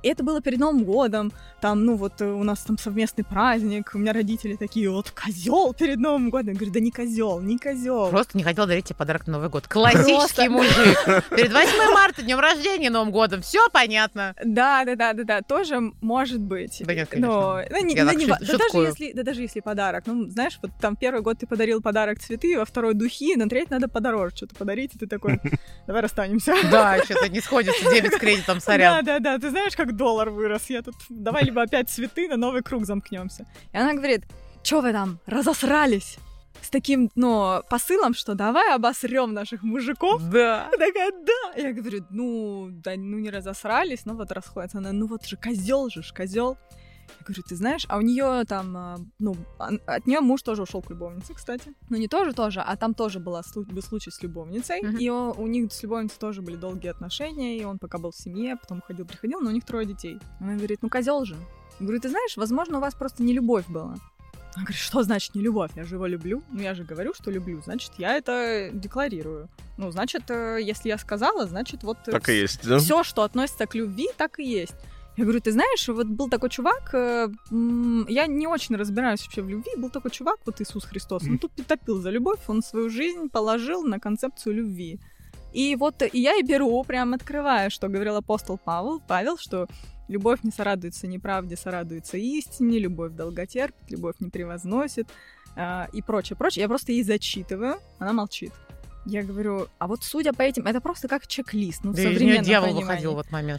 И это было перед Новым годом, там, ну вот у нас там совместный праздник, у меня родители такие, вот козел перед Новым годом. Я говорю, да не козел, не козел. Просто не хотел дарить тебе подарок на Новый год. Классический мужик. Перед восьмое марта, днем рождения, Новым годом. Все понятно. Да, да, да, да, да, тоже может быть. Да нет, конечно. Но, ну, не, Я ну, так не, шут- да, даже шуткую. если, да даже если подарок. Ну, знаешь, вот там первый год ты подарил подарок цветы, во второй духи, на третий надо подороже что-то подарить, и ты такой, давай расстанемся. Да, что-то не сходится, дебет с кредитом, сорян. Да, да, да, ты знаешь, как доллар вырос, я тут, давай либо опять цветы, на новый круг замкнемся. И она говорит, что вы там, разосрались? С таким, ну, посылом, что давай обосрем наших мужиков. Да. Я такая, да. Я говорю, ну, да, ну не разосрались, ну вот расходятся. Она, ну вот же козел же, козел. Я говорю, ты знаешь, а у нее там, ну, от нее муж тоже ушел к любовнице, кстати. Ну, не тоже тоже, а там тоже была был случай с любовницей. Mm-hmm. И он, у них с любовницей тоже были долгие отношения, и он пока был в семье, потом ходил, приходил, но у них трое детей. Она говорит, ну, козел же. Я говорю, ты знаешь, возможно, у вас просто не любовь была. Она говорит, что значит не любовь? Я же его люблю. Ну, я же говорю, что люблю. Значит, я это декларирую. Ну, значит, если я сказала, значит, вот... Так и есть, да? Все, что относится к любви, так и есть. Я говорю, ты знаешь, вот был такой чувак, э, м- я не очень разбираюсь вообще в любви, был такой чувак, вот Иисус Христос, он тут топил за любовь, он свою жизнь положил на концепцию любви. И вот и я и беру, прям открываю, что говорил апостол Павел, Павел, что любовь не сорадуется неправде, сорадуется истине, любовь долготерпит, любовь не превозносит э, и прочее, прочее. Я просто ей зачитываю, она молчит. Я говорю, а вот судя по этим, это просто как чек-лист. Ну, да, в из нее дьявол понимании. выходил в этот момент.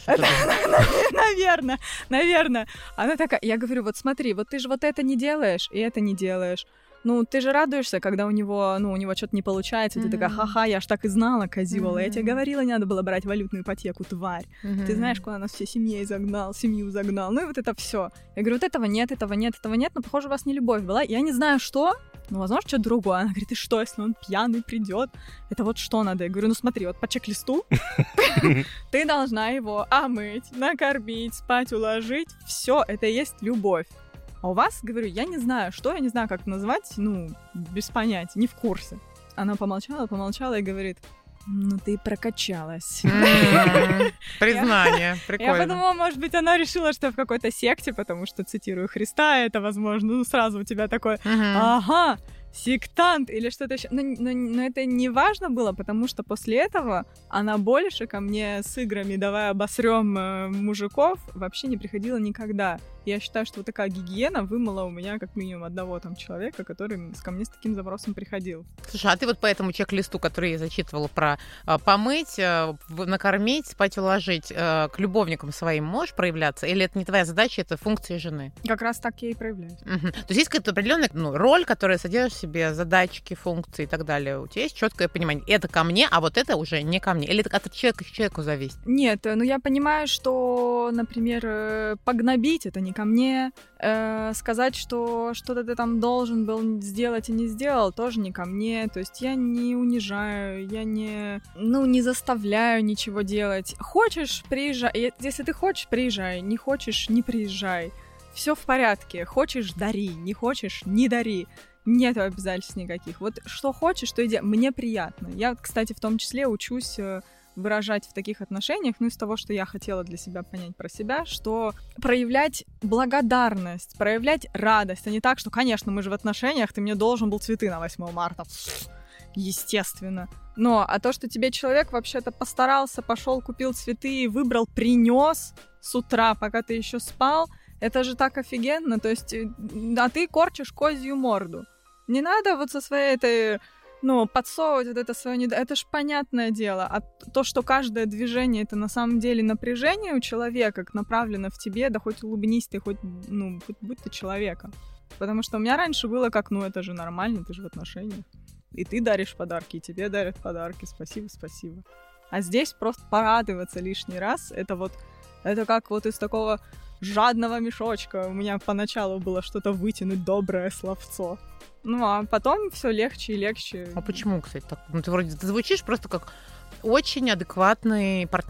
Наверное, наверное. Она такая, я говорю, вот смотри, вот ты же вот это не делаешь, и это не делаешь. Ну, ты же радуешься, когда у него, ну, у него что-то не получается, ты такая, ха-ха, я ж так и знала, козёл, я тебе говорила, не надо было брать валютную ипотеку, тварь. Ты знаешь, куда нас всей семьей загнал, семью загнал, ну и вот это все. Я говорю, вот этого нет, этого нет, этого нет, но, похоже, у вас не любовь была. Я не знаю, что, ну, возможно, что-то другое. Она говорит, и что, если он пьяный придет? Это вот что надо? Я говорю, ну смотри, вот по чек-листу ты должна его омыть, накормить, спать, уложить. Все, это и есть любовь. А у вас, говорю, я не знаю, что, я не знаю, как это назвать, ну, без понятия, не в курсе. Она помолчала, помолчала и говорит, ну, ты прокачалась. Признание, прикольно. Я подумала, может быть, она решила, что в какой-то секте, потому что, цитирую Христа, это, возможно, ну, сразу у тебя такое, ага, сектант или что-то еще. Но, но, но это не важно было, потому что после этого она больше ко мне с играми «давай обосрем э, мужиков» вообще не приходила никогда. Я считаю, что вот такая гигиена вымыла у меня как минимум одного там человека, который ко мне с таким запросом приходил. Слушай, а ты вот по этому чек-листу, который я зачитывала про э, помыть, э, накормить, спать, уложить, э, к любовникам своим можешь проявляться? Или это не твоя задача, это функция жены? Как раз так я и проявляюсь. Угу. То есть есть какая-то определенная ну, роль, которая содержит в себе задачки, функции и так далее. У тебя есть четкое понимание, это ко мне, а вот это уже не ко мне. Или это от человека к человеку зависит? Нет, ну я понимаю, что, например, погнобить это не ко мне, э, сказать, что что-то ты там должен был сделать и не сделал, тоже не ко мне. То есть я не унижаю, я не, ну, не заставляю ничего делать. Хочешь, приезжай. Если ты хочешь, приезжай. Не хочешь, не приезжай. Все в порядке. Хочешь, дари. Не хочешь, не дари. Нет обязательств никаких. Вот что хочешь, что и делай. Мне приятно. Я, кстати, в том числе учусь выражать в таких отношениях, ну, из того, что я хотела для себя понять про себя, что проявлять благодарность, проявлять радость, а не так, что, конечно, мы же в отношениях, ты мне должен был цветы на восьмое марта. Естественно. Но, а то, что тебе человек вообще-то постарался, пошел, купил цветы, выбрал, принес с утра, пока ты еще спал, это же так офигенно. То есть, а ты корчишь козью морду. Не надо вот со своей этой... Ну, подсовывать вот это свое недо... Это ж понятное дело. А то, что каждое движение это на самом деле напряжение у человека, направлено в тебе, да хоть улыбнись ты, хоть, ну, хоть будь ты человеком. Потому что у меня раньше было как, ну, это же нормально, ты же в отношениях. И ты даришь подарки, и тебе дарят подарки. Спасибо, спасибо. А здесь просто порадоваться лишний раз, это вот, это как вот из такого жадного мешочка у меня поначалу было что-то вытянуть, доброе словцо. Ну, а потом все легче и легче. А почему, кстати, так? Ну, ты вроде ты звучишь просто как очень адекватный партнер.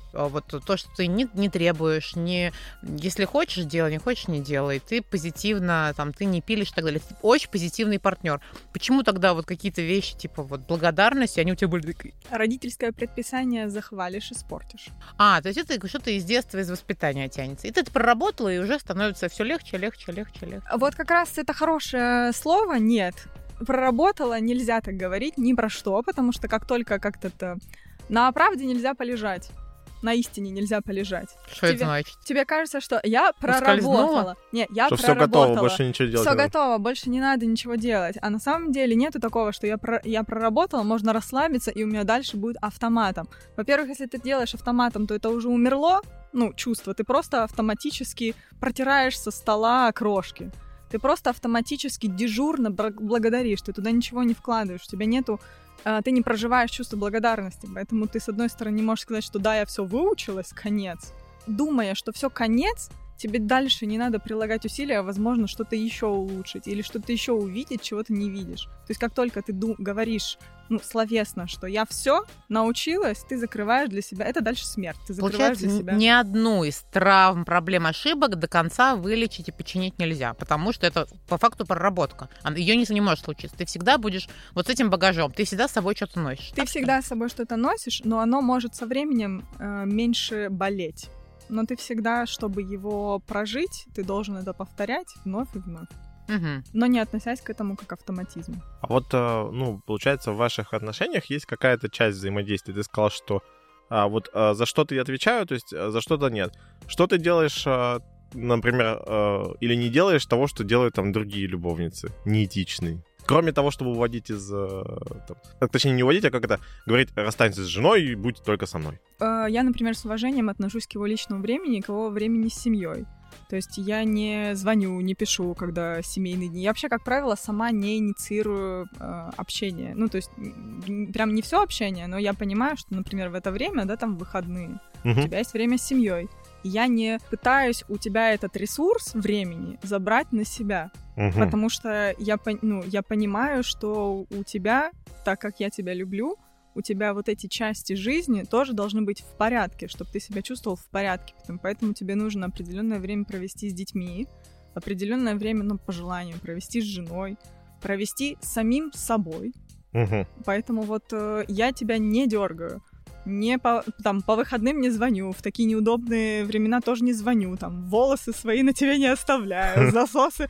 Вот то, что ты не, не требуешь, не, если хочешь, делай, не хочешь, не делай. Ты позитивно, там, ты не пилишь и так далее. Ты очень позитивный партнер. Почему тогда вот какие-то вещи, типа вот благодарности, они у тебя были такие? Родительское предписание захвалишь, испортишь. А, то есть это что-то из детства, из воспитания тянется. И ты это проработала, и уже становится все легче, легче, легче, легче. Вот как раз это хорошее слово «нет». Проработала, нельзя так говорить ни про что, потому что как только как-то на правде нельзя полежать. На истине нельзя полежать. Что тебе, это значит? Тебе кажется, что я проработала. Нет, я что проработала. Все готово, больше ничего делать. Все готово, больше не надо ничего делать. А на самом деле нету такого, что я, про, я проработала, можно расслабиться, и у меня дальше будет автоматом. Во-первых, если ты делаешь автоматом, то это уже умерло, ну, чувство. Ты просто автоматически протираешь со стола крошки. Ты просто автоматически дежурно благодаришь. Ты туда ничего не вкладываешь. У тебя нету ты не проживаешь чувство благодарности, поэтому ты, с одной стороны, не можешь сказать, что да, я все выучилась, конец. Думая, что все конец, тебе дальше не надо прилагать усилия, возможно, что-то еще улучшить или что-то еще увидеть, чего ты не видишь. То есть как только ты ду- говоришь, ну, словесно, что я все научилась, ты закрываешь для себя, это дальше смерть, ты закрываешь Получается, для себя. Ни одну из травм, проблем, ошибок до конца вылечить и починить нельзя, потому что это по факту проработка. Ее не, не может случиться. Ты всегда будешь вот с этим багажом, ты всегда с собой что-то носишь. Ты всегда с собой что-то носишь, но оно может со временем э, меньше болеть. Но ты всегда, чтобы его прожить, ты должен это повторять вновь и вновь. Угу. Но не относясь к этому как к автоматизму. А вот, ну, получается, в ваших отношениях есть какая-то часть взаимодействия. Ты сказал, что а, вот а, за что-то я отвечаю, то есть а, за что-то нет. Что ты делаешь, а, например, а, или не делаешь того, что делают там другие любовницы, неэтичные? Кроме того, чтобы уводить из... Там, точнее, не уводить, а как это говорить, расстанься с женой и будь только со мной. Я, например, с уважением отношусь к его личному времени и к его времени с семьей. То есть я не звоню, не пишу, когда семейные дни. Я вообще, как правило, сама не инициирую э, общение. Ну, то есть прям не все общение, но я понимаю, что, например, в это время, да, там выходные, угу. у тебя есть время с семьей. Я не пытаюсь у тебя этот ресурс времени забрать на себя. Угу. Потому что я, ну, я понимаю, что у тебя, так как я тебя люблю, у тебя вот эти части жизни тоже должны быть в порядке, чтобы ты себя чувствовал в порядке. Поэтому тебе нужно определенное время провести с детьми, определенное время, ну, по желанию, провести с женой, провести с самим собой. Угу. Поэтому вот э, я тебя не дергаю. Не по, там, по выходным не звоню, в такие неудобные времена тоже не звоню, там, волосы свои на тебе не оставляю, засосы,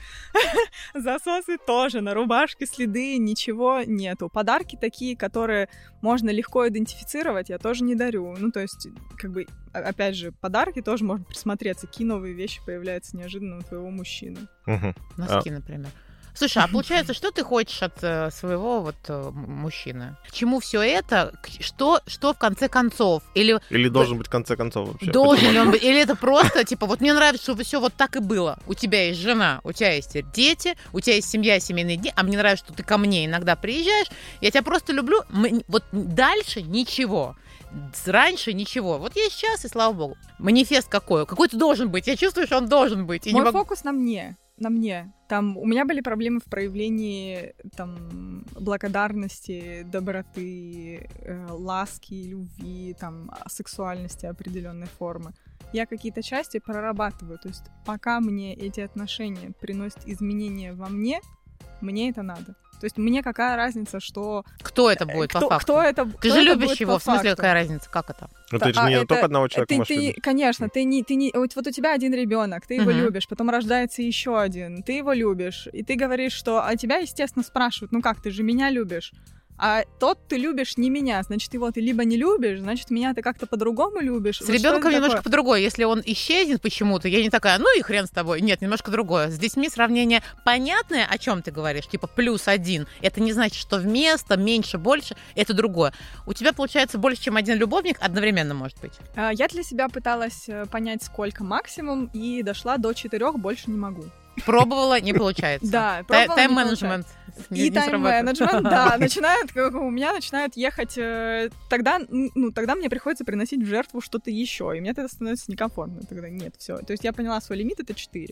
засосы тоже, на рубашке следы, ничего нету. Подарки такие, которые можно легко идентифицировать, я тоже не дарю. Ну, то есть, как бы, опять же, подарки тоже можно присмотреться, какие новые вещи появляются неожиданно у твоего мужчины. Носки, например. Слушай, а получается, что ты хочешь от э, своего вот э, мужчины? К чему все это? Что, что в конце концов? Или, Или должен быть в конце концов вообще? Должен ли он быть? Или это просто, типа, вот мне нравится, чтобы все вот так и было. У тебя есть жена, у тебя есть дети, у тебя есть семья, семейные дни, а мне нравится, что ты ко мне иногда приезжаешь, я тебя просто люблю. Мы, вот дальше ничего. Раньше ничего. Вот есть сейчас, и слава богу. Манифест какой? Какой-то должен быть. Я чувствую, что он должен быть. И Мой не могу... фокус на мне. На мне. Там у меня были проблемы в проявлении там благодарности, доброты, э, ласки, любви, там сексуальности определенной формы. Я какие-то части прорабатываю. То есть пока мне эти отношения приносят изменения во мне, мне это надо. То есть мне какая разница, что... Кто это будет кто, по факту? Кто это, ты кто же это любишь его, в смысле, какая разница? Как это? Ну ты же а не это, только одного человека ты, можешь ты, любить. Конечно, ты не, ты не... Вот, вот у тебя один ребенок, ты его Мгм. любишь, потом рождается еще один, ты его любишь, и ты говоришь, что... А тебя, естественно, спрашивают, ну как, ты же меня любишь? А тот ты любишь не меня, значит, его ты либо не любишь, значит, меня ты как-то по-другому любишь. С Вот ребенком что это немножко такое? по-другому. Если он исчезнет почему-то, я не такая, ну и хрен с тобой. Нет, немножко другое. С детьми сравнение понятное, о чем ты говоришь, типа плюс один. Это не значит, что вместо, меньше, больше. Это другое. У тебя получается больше, чем один любовник одновременно может быть. А, Я для себя пыталась э, понять, сколько максимум, и дошла до четырех, больше не могу. Пробовала, не получается. Да, Тай- пробовала, не Тайм-менеджмент. не- И не срабатывает. тайм-менеджмент, да, начинает, как у меня начинает ехать, э, тогда, ну, тогда мне приходится приносить в жертву что-то еще, и мне тогда становится некомфортно, тогда нет, все. То есть я поняла, свой лимит — это четыре.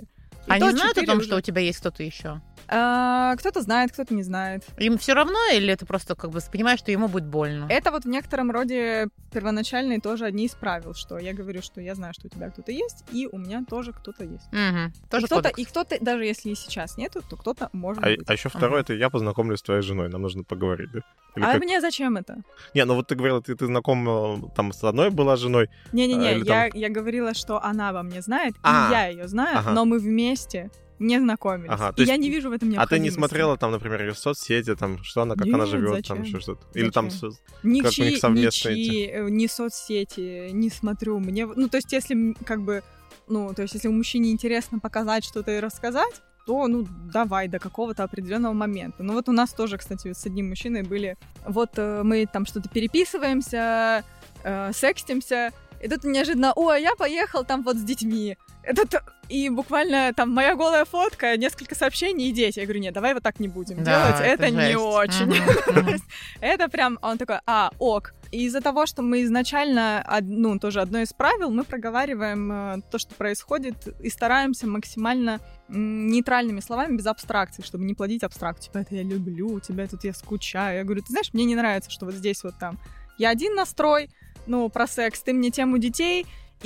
И Они то знают о четыре том, уже. что у тебя есть кто-то еще? А, кто-то знает, кто-то не знает. Им все равно, или ты просто как бы понимаешь, что ему будет больно? Это вот в некотором роде первоначальные тоже одни из правил, что я говорю, что я знаю, что у тебя кто-то есть, и у меня тоже кто-то есть. Угу. Тоже и кто-то, кодекс. и кто-то, даже если и сейчас нету, то кто-то может А, быть. а еще второе, это я познакомлюсь с твоей женой, нам нужно поговорить, да? Или А как? мне зачем это? Не, ну вот ты говорила, ты, ты знаком э, там с одной была женой. Не-не-не, Или я, я говорила, что она обо мне знает, А, и я ее знаю, ага. но мы вместе не знакомились. Ага, то и я есть- не вижу в этом А ты необходимости. не смотрела там, например, ее соцсети, там, что она, как она Нет, живет, зачем? там еще что-то? Или там Зачем? со- Ни как у них чьи, совместно ни, чьи, э, ни соцсети не смотрю. Мне, ну, то есть, если м, как бы, ну, то есть, если мужчине интересно показать что-то и рассказать, то, ну, давай до какого-то определенного момента. Ну, вот у нас тоже, кстати, с одним мужчиной были, вот э, мы там что-то переписываемся, э, секстимся, и тут неожиданно, ой, я поехал там вот с детьми. Это то- и буквально там моя голая фотка, несколько сообщений и дети. Я говорю, нет, давай вот так не будем Да, делать, это, не жесть. очень. Мгм, мгм. Это прям, он такой, а, ок. И из-за того, что мы изначально, од- ну, тоже одно из правил, мы проговариваем э, то, что происходит, и стараемся максимально м, нейтральными словами, без абстракций, чтобы не плодить абстракцию. Типа, это я люблю, тебя тут я скучаю. Я говорю, ты знаешь, мне не нравится, что вот здесь вот там я один настрой, ну, про секс, ты мне тему детей,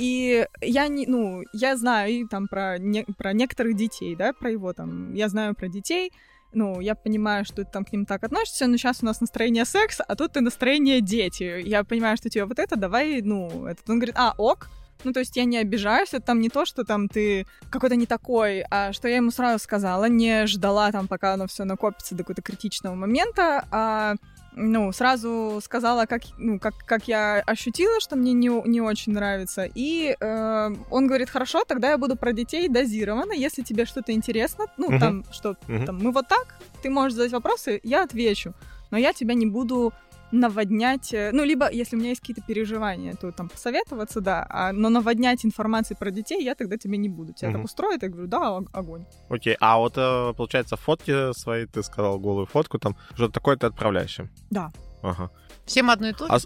и я не, ну, я знаю и там про, не, про некоторых детей, да, про его там, я знаю про детей, ну, я понимаю, что ты там к ним так относишься, но сейчас у нас настроение секс, а тут ты настроение дети. Я понимаю, что тебе вот это, давай, ну, этот. Он говорит, а, ок. Ну, то есть я не обижаюсь, это там не то, что там ты какой-то не такой, а что я ему сразу сказала, не ждала там, пока оно все накопится до какого-то критичного момента, а ну, сразу сказала, как, ну, как, как я ощутила, что мне не, не очень нравится. И э, он говорит, хорошо, тогда я буду про детей дозированно, если тебе что-то интересно, ну, Мгм. там, что, Мгм. там, мы вот так, ты можешь задать вопросы, я отвечу, но я тебя не буду наводнять, э, ну, либо, если у меня есть какие-то переживания, то там посоветоваться, да, а, но наводнять информацией про детей я тогда тебе не буду. Тебя Мгм. так устроит? Я говорю, да, о- огонь. Окей, а вот, э, получается, фотки свои, ты сказал, голую фотку, там, что-то такое ты отправляешь им? Да. Ага. Всем одно и то же?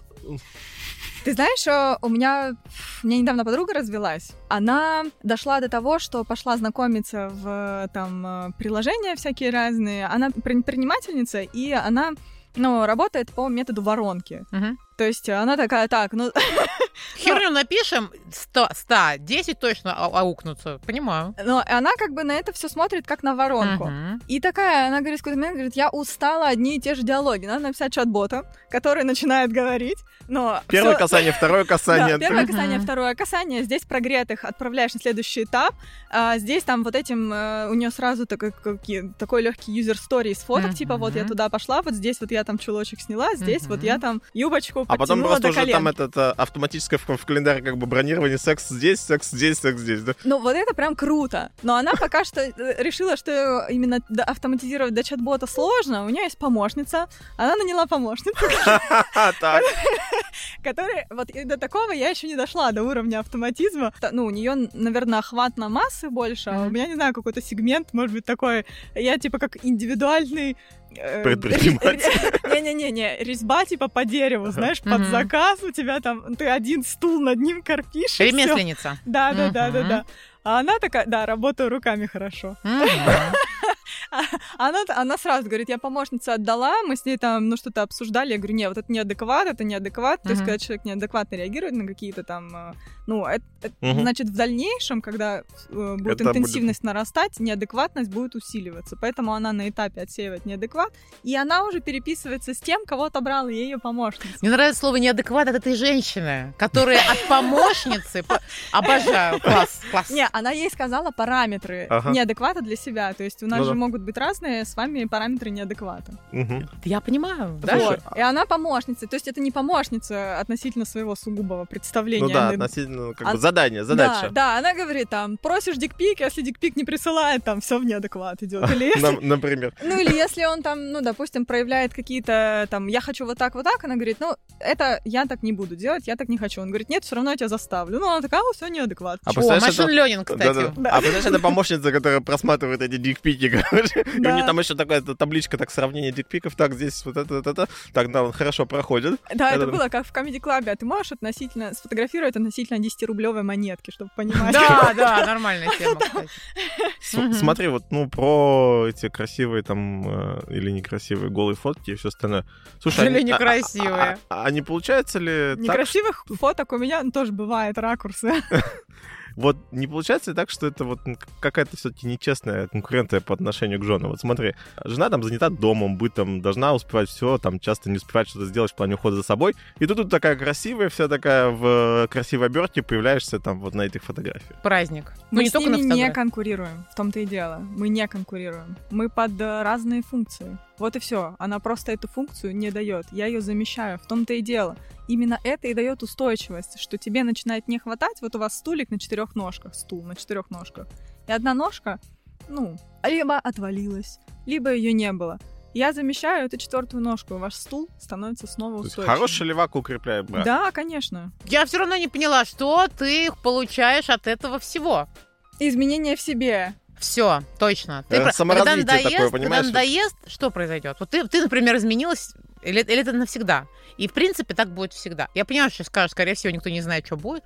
А с- Ты знаешь, э, у меня, у меня недавно подруга развелась. Она дошла до того, что пошла знакомиться в там э, приложения всякие разные. Она предпринимательница, и она, ну, работает по методу воронки. Мгм. То есть она такая, так, ну, Херню напишем, сто, сто, десять точно а- аукнутся. Понимаю. но она как бы на это все смотрит как на воронку. Мгм. И такая, она говорит, в какой-то момент, говорит, я устала одни и те же диалоги. Надо написать чат-бота, который начинает говорить, но... Первое всё- касание, второе касание. Да, первое Мгм. касание, второе касание. Здесь прогретых отправляешь на следующий этап. А здесь там вот этим э, у нее сразу такой, какие- такой легкий юзер стори из фоток, Мгм. типа вот я туда пошла, вот здесь вот я там чулочек сняла, здесь вот Мгм. я там юбочку А потом подтянула просто до уже колен. там этот э, автоматическое в, в календаре как бы бронирование, секс здесь, секс здесь, секс здесь, да? Ну, вот это прям круто. Но она пока что э, решила, что именно до- автоматизировать до чат-бота сложно. У нее есть помощница. Она наняла помощницу, Так. которая... Вот и до такого я еще не дошла, до уровня автоматизма. Та- Ну, у нее, наверное, охват на массы больше, а у Мгм. меня, не знаю, какой-то сегмент, может быть, такой... Я, типа, как индивидуальный... э, Предприниматель. Не-не-не, резьба, типа, по дереву, знаешь, под Мгм. заказ у тебя там... Ты один стул над ним корпишь, и всё. Ремесленница. Да, да, да, да, Мгм. да. А она такая, да, работаю руками хорошо. Мгм. Она, она сразу говорит, я помощнице отдала, мы с ней там, ну, что-то обсуждали, я говорю, нет, вот это неадекват, это неадекват. То есть, Мгм. когда человек неадекватно реагирует на какие-то там, э, ну, это, это, Мгм. значит, в дальнейшем, когда э, будет Это интенсивность нарастать, неадекватность будет усиливаться. Поэтому она на этапе отсеивает неадекват, и она уже переписывается с тем, кого отобрала ее помощница. Мне нравится слово неадекват от этой женщины, которая от помощницы... по- Обожаю. Класс, класс. Не, она ей сказала параметры Ага. неадеквата для себя. То есть у нас Ну же да. могут быть разные с вами параметры неадеквата. Мгм. Я понимаю, да? Вот. И она помощница. То есть это не помощница относительно своего сугубого представления. Ну да, Она- относительно как А- бы задание, Да, задача. да, она говорит там, просишь дикпик, если дикпик не присылает, там все в неадекват идет. Или если- Нам- Например. Ну или если он там, ну, допустим, проявляет какие-то там, я хочу вот так, вот так, она говорит, ну, это я так не буду делать, я так не хочу. Он говорит, нет, все равно я тебя заставлю. Ну, она такая, все неадекват. А О, представляешь, машин это- ленинг, кстати. Да-да. А представляешь, это помощница, которая просматривает эти дикпики, короче, И у нее там еще такая табличка, так, сравнение дикпиков, так, здесь вот это, это, это, так, да, он хорошо проходит. Да, это было как в Comedy Club, а ты можешь относительно, сфотографировать относительно десятирублевой монетки, чтобы понимать. Да, да, нормальная тема, кстати. Смотри, вот, ну, про эти красивые там, или некрасивые голые фотки и все остальное. Слушай, или некрасивые. А не получается ли так... Некрасивых фоток у меня тоже бывает, ракурсы. Вот не получается ли так, что это вот какая-то все-таки нечестная конкуренция по отношению к женам? Вот смотри, жена там занята домом, бытом, должна успевать все, там часто не успевать что-то сделать в плане ухода за собой. И тут тут такая красивая, вся такая в красивой обертке появляешься там вот на этих фотографиях. Праздник. Мы ну, не с только ними на не конкурируем, в том-то и дело. Мы не конкурируем. Мы под разные функции. Вот и все. Она просто эту функцию не дает. Я ее замещаю. В том-то и дело. Именно это и дает устойчивость, что тебе начинает не хватать. Вот у вас стулик на четырех ножках, стул на четырех ножках. И одна ножка, ну, либо отвалилась, либо ее не было. Я замещаю эту четвертую ножку, и ваш стул становится снова устойчивым. Хороший левак укрепляет брак. Да, конечно. Я все равно не поняла, что ты получаешь от этого всего. Изменения в себе. Все, точно. Ты Это про... саморазвитие когда надоест, такое, понимаешь? Когда надоест, что произойдет? Вот ты, ты, например, изменилась, или, или это навсегда? И, в принципе, так будет всегда. Я понимаю, что скажешь, скорее всего, никто не знает, что будет.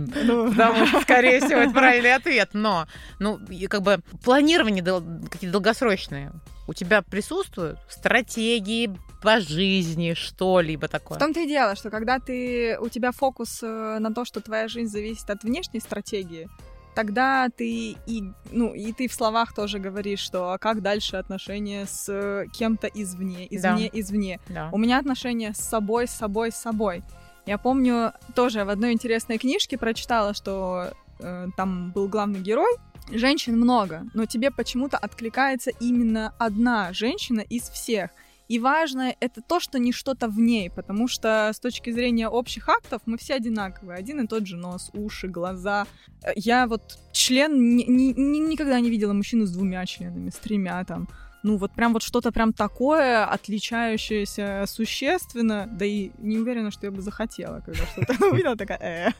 Потому что, скорее всего, это правильный ответ. Но, ну, как бы, планирование какие-то долгосрочные у тебя присутствуют? Стратегии по жизни, что-либо такое? В том-то и дело, что когда ты, у тебя фокус на то, что твоя жизнь зависит от внешней стратегии, тогда ты и, ну, и ты в словах тоже говоришь, что а как дальше отношения с кем-то извне, извне, да. извне. Да. У меня отношения с собой, с собой, с собой. Я помню, тоже в одной интересной книжке прочитала, что э, там был главный герой, женщин много, но тебе почему-то откликается именно одна женщина из всех. И важное это то, что не что-то в ней, потому что с точки зрения общих актов мы все одинаковые. Один и тот же нос, уши, глаза. Я вот член... Ни, ни, никогда не видела мужчину с двумя членами, с тремя там. Ну вот прям вот что-то прям такое, отличающееся существенно. Да и не уверена, что я бы захотела, когда что-то увидела, такая...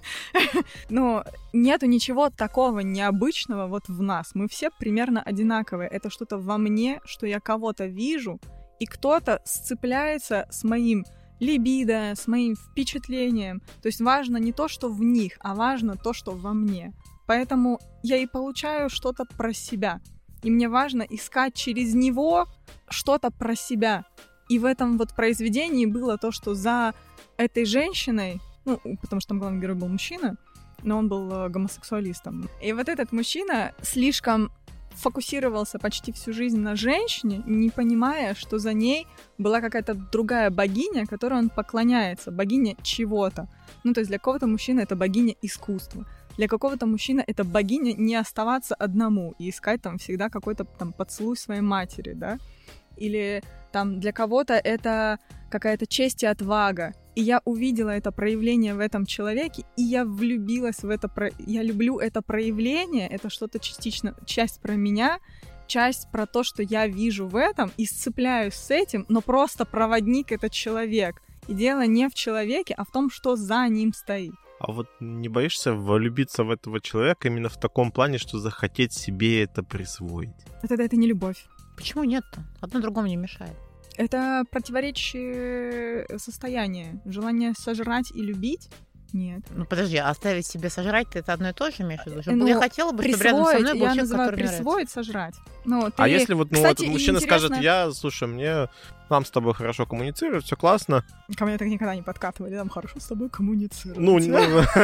Но нету ничего такого необычного вот в нас. Мы все примерно одинаковые. Это что-то во мне, что я кого-то вижу, и кто-то сцепляется с моим либидо, с моим впечатлением. То есть важно не то, что в них, а важно то, что во мне. Поэтому я и получаю что-то про себя. И мне важно искать через него что-то про себя. И в этом вот произведении было то, что за этой женщиной, ну, потому что там главный герой был мужчина, но он был гомосексуалистом. И вот этот мужчина слишком фокусировался почти всю жизнь на женщине, не понимая, что за ней была какая-то другая богиня, которой он поклоняется, богиня чего-то. Ну, то есть для какого-то мужчины это богиня искусства. Для какого-то мужчины это богиня не оставаться одному и искать там всегда какой-то там поцелуй своей матери, да? Или там для кого-то это какая-то честь и отвага. И я увидела это проявление в этом человеке, и я влюбилась в это... Про... Я люблю это проявление, это что-то частично... Часть про меня, часть про то, что я вижу в этом, и сцепляюсь с этим, но просто проводник — это человек. И дело не в человеке, а в том, что за ним стоит. А вот не боишься влюбиться в этого человека именно в таком плане, что захотеть себе это присвоить? Вот это, это не любовь. Почему нет-то? Одно другому не мешает. Это противоречие состояния. Желание сожрать и любить? Нет. Ну подожди, а оставить себе сожрать, ты это одно и то же имеешь в виду? Ну, я хотела бы, чтобы рядом со мной был я человек, называю который присвоить, сожрать. Ну, ты... А если вот ну, Кстати, этот мужчина интересно... скажет, я, слушай, мне нам с тобой хорошо коммуницировать, все классно. Ко мне так никогда не подкатывали, нам хорошо с тобой коммуницировать. Ну, ну...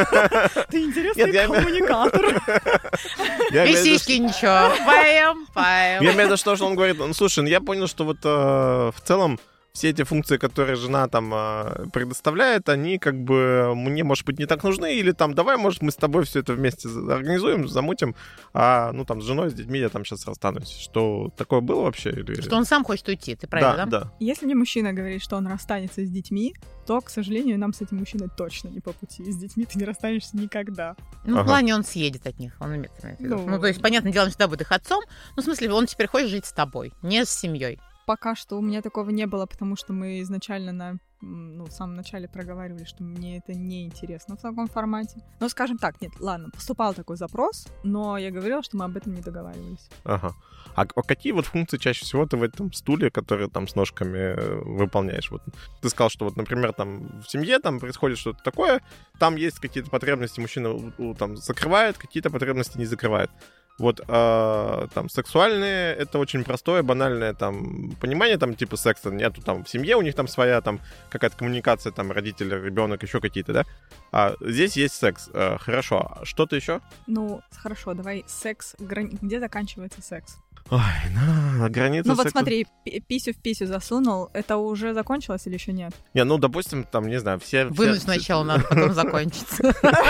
Ты интересный коммуникатор. И сиськи ничего. Поем, поем. Я имею в виду, что он говорит, ну, слушай, я понял, что вот в целом все эти функции, которые жена там предоставляет, они как бы мне, может быть, не так нужны, или там, давай, может, мы с тобой все это вместе организуем, замутим, а, ну, там, с женой, с детьми я там сейчас расстанусь. Что такое было вообще? Или... Что он сам хочет уйти, ты правильно, да? Да, да. Если мне мужчина говорит, что он расстанется с детьми, то, к сожалению, нам с этим мужчиной точно не по пути. И с детьми ты не расстанешься никогда. Ну, ага. В плане он съедет от них. Он имеет, ну... ну, то есть, понятное дело, он всегда будет их отцом, но, в смысле, он теперь хочет жить с тобой, не с семьей. Пока что у меня такого не было, потому что мы изначально на ну, в самом начале проговаривали, что мне это не интересно в таком формате. Но, скажем так, нет, ладно, поступал такой запрос, но я говорила, что мы об этом не договаривались. Ага. А, а какие вот функции чаще всего ты в этом стуле, который там с ножками выполняешь? Вот ты сказал, что вот, например, там в семье там происходит что-то такое, там есть какие-то потребности, мужчина там закрывает, какие-то потребности не закрывает. Вот э, там сексуальные, это очень простое, банальное там понимание, там типа секса нету, там в семье у них там своя там какая-то коммуникация, там родители, ребенок, еще какие-то, да? А здесь есть секс. Э, хорошо. А что-то еще? Ну, хорошо, давай секс. Грани... Где заканчивается секс? Ой, на, на границе Ну вот секса... смотри, пи- писю в писю засунул, это уже закончилось или еще нет? Не, ну, допустим, там, не знаю, все... Вынуть все... сначала надо, потом закончится.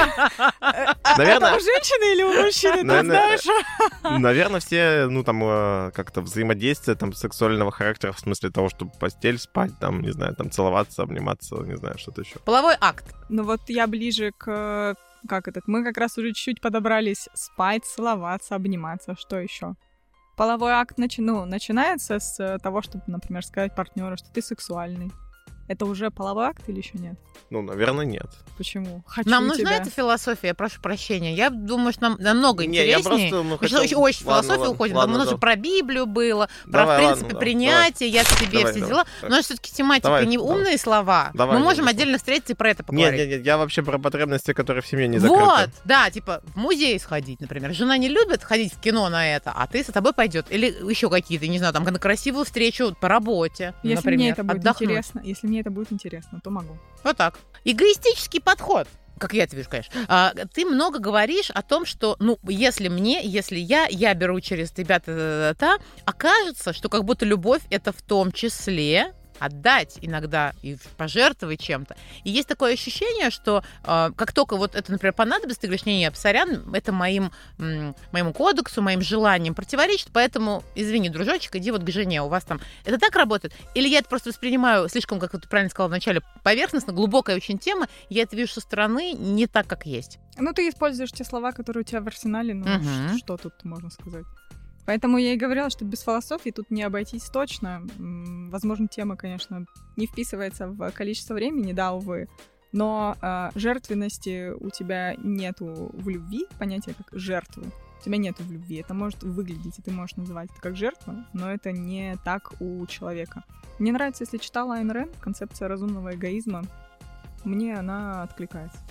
Наверное... Это у женщины или у мужчины, ты знаешь? Наверное, все, ну, там, как-то взаимодействие там сексуального характера, в смысле того, чтобы постель спать, там, не знаю, там, целоваться, обниматься, не знаю, что-то еще. Половой акт. Ну вот я ближе к... Как этот? Мы как раз уже чуть-чуть подобрались спать, целоваться, обниматься. Что еще? Половой акт начи... ну, начинается с того, чтобы, например, сказать партнеру, что ты сексуальный. Это уже половой акт или еще нет? Ну, наверное, нет. Почему? Хочу Нам нужна тебя. эта философия, я прошу прощения. Я думаю, что нам намного Не, я интереснее. просто, ну, Мы хотел- очень, очень в Ладно, философию ладно, уходим. ладно, Там у нас да. же про Библию было, Давай, про, в принципе, ладно, да, принятие, я к тебе, Давай, все давай. дела. Но у нас все-таки тематика Давай, не давай. умные слова. Давай, Мы не можем умные отдельно встретиться и про это Нет, поговорить. нет, нет, я вообще про потребности, которые в семье не закрыты. Вот, да, типа в музей сходить, например. Жена не любит ходить в кино на это, а ты с тобой пойдет. Или еще какие-то, не знаю, там на красивую встречу по работе, Если например. мне это будет отдохнуть. интересно, если мне это будет интересно, то могу. Вот так. Эгоистический подход. Как я это вижу, конечно. А, ты много говоришь о том, что, ну, если мне, если я, я беру через тебя, та-та-та-та, окажется, что как будто любовь — это в том числе отдать иногда и пожертвовать чем-то. И есть такое ощущение, что э, как только вот это, например, понадобится, ты говоришь, не-не, сорян, это моим, м, моему кодексу, моим желаниям противоречит, поэтому, извини, дружочек, иди вот к жене, у вас там... Это так работает? Или я это просто воспринимаю слишком, как ты правильно сказала вначале, поверхностно, глубокая очень тема, я это вижу со стороны не так, как есть. Ну, ты используешь те слова, которые у тебя в арсенале, ну, Мгм. ш- что тут можно сказать? Поэтому я и говорила, что без философии тут не обойтись точно. М, Возможно, тема, конечно, не вписывается в количество времени, да, увы, но э, жертвенности у тебя нету в любви, понятия как жертвы. У тебя нету в любви. Это может выглядеть, и ты можешь называть это как жертва, но это не так у человека. Мне нравится, если читала Айн Рэнд, концепция разумного эгоизма. Мне она откликается.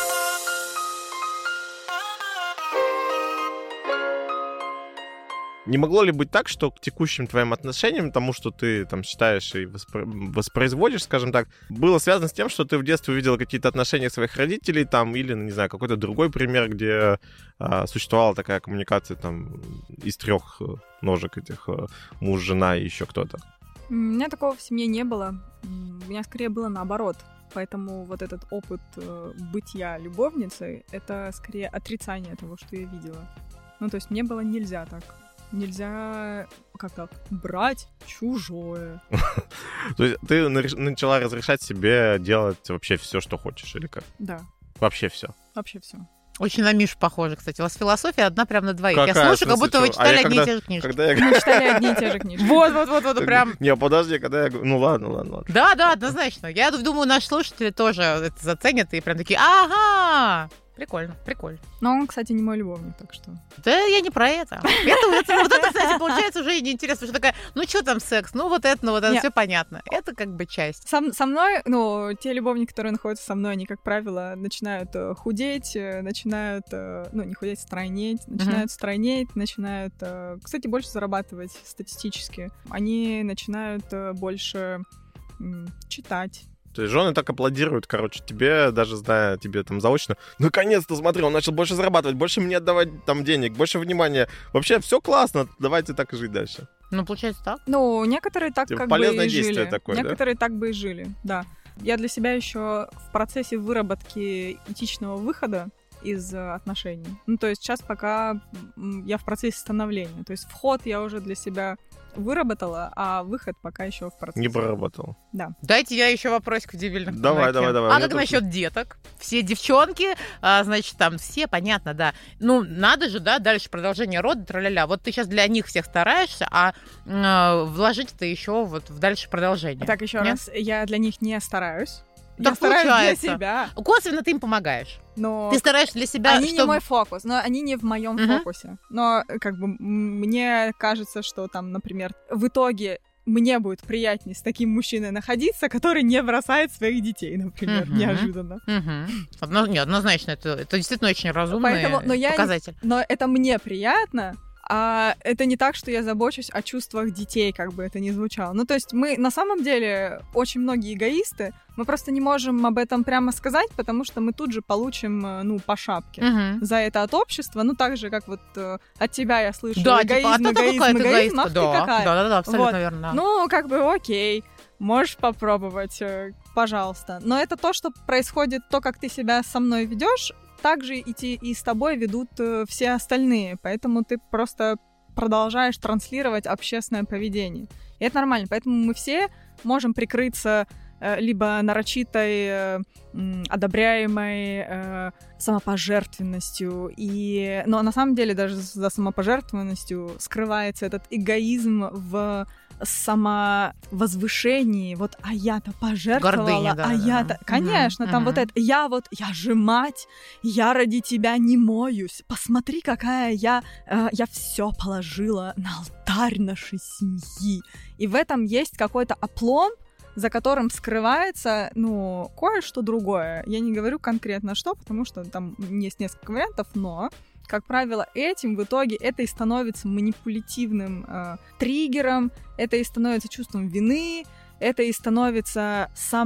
Не могло ли быть так, что к текущим твоим отношениям, тому, что ты там считаешь и воспро- воспроизводишь, скажем так, было связано с тем, что ты в детстве увидела какие-то отношения своих родителей там, или, ну, не знаю, какой-то другой пример, где а, существовала такая коммуникация там из трех ножек этих а, муж, жена и еще кто-то? У меня такого в семье не было. М, У меня скорее было наоборот. Поэтому вот этот опыт э, бытия любовницей — это скорее отрицание того, что я видела. Ну, то есть мне было нельзя так. Нельзя, как так, брать чужое. То есть ты нареш- начала разрешать себе делать вообще все, что хочешь, или как? Да, Вообще все. вообще все. Очень на Мишу похоже, кстати. У вас философия одна прям на двоих. Какая? Я слушаю, как В смысле, будто вы чего? А читали я одни и когда- те же книжки. Когда я... Мы читали одни и те же книжки. Вот, вот, вот, вот, прям. Не, подожди, когда я... говорю, Ну ладно, ладно, ладно. Да, да, однозначно. Я думаю, наши слушатели тоже это заценят и прям такие, ага, прикольно, прикольно. Но он, кстати, не мой любовник, так что... Да я не про это. Это, это- вот это, кстати, получается уже неинтересно, потому что такая, ну что там секс, ну вот это, ну вот это, Не. все понятно. Это как бы часть. Со, со мной, ну, те любовники, которые находятся со мной, они, как правило, начинают э, худеть, э, начинают, э, ну, не худеть, стройнеть, начинают стройнеть, начинают, э, кстати, больше зарабатывать статистически. Они начинают э, больше м, читать. То есть жены так аплодируют, короче, тебе, даже зная тебе там заочно, наконец-то, смотри, он начал больше зарабатывать, больше мне отдавать там денег, больше внимания. Вообще все классно, давайте так и жить дальше. Ну, получается так. Ну, некоторые так Типа как полезное бы и действие жили. такое, да? Некоторые так бы и жили, да. Я для себя еще в процессе выработки этичного выхода из э, отношений. Ну, то есть сейчас пока м, я в процессе становления. То есть вход я уже для себя выработала, а выход пока еще в процессе. Не проработал. Да. Дайте я еще вопросик в дебильных. Давай, давай, давай. А как насчет деток? Все девчонки, а, значит, там все, понятно, да. Ну, надо же, да, дальше продолжение рода, тра-ля-ля. Вот ты сейчас для них всех стараешься, а э, вложить это еще вот в дальше продолжение. Так, еще Нет? раз, я для них не стараюсь. Так я стараюсь получается. для себя. Косвенно ты им помогаешь. Но Ты стараешься для себя, они чтобы... не мой фокус, но они не в моем Мгм. фокусе. Но как бы м, мне кажется, что там, например, в итоге мне будет приятнее с таким мужчиной находиться, который не бросает своих детей, например, Мгм. неожиданно. Мгм. Одно- не, однозначно, это, это действительно очень разумный Поэтому- но я не- показатель. Но это мне приятно, а это не так, что я забочусь о чувствах детей, как бы это ни звучало. Ну, то есть мы на самом деле очень многие эгоисты, мы просто не можем об этом прямо сказать, потому что мы тут же получим, э, ну, по шапке. Мгм. За это от общества, ну, так же, как вот э, от тебя я слышу Да, эгоизм, типа, а ты эгоизм, какая-то эгоизм, эгоистка. ах ты Да, какая. да, да, да, абсолютно Вот. верно. Да. Ну, как бы окей, можешь попробовать, э, пожалуйста. Но это то, что происходит, то, как ты себя со мной ведешь, так же и, те- и с тобой ведут э, все остальные. Поэтому ты просто продолжаешь транслировать общественное поведение. И это нормально. Поэтому мы все можем прикрыться э, либо нарочитой, э, м, одобряемой э, самопожертвенностью. И... Но на самом деле даже за самопожертвованностью скрывается этот эгоизм в самовозвышении. Вот, а я-то пожертвовала, Гордыня, да, а да, я-то... да. Конечно, Мгм, там вот мгм. это. Я вот, я же мать, я ради тебя не моюсь. Посмотри, какая я... э, я все положила на алтарь нашей семьи. И в этом есть какой-то опломб, за которым скрывается, ну, кое-что другое. Я не говорю конкретно что, потому что там есть несколько вариантов, но, как правило, этим в итоге это и становится манипулятивным э, триггером, это и становится чувством вины, это и становится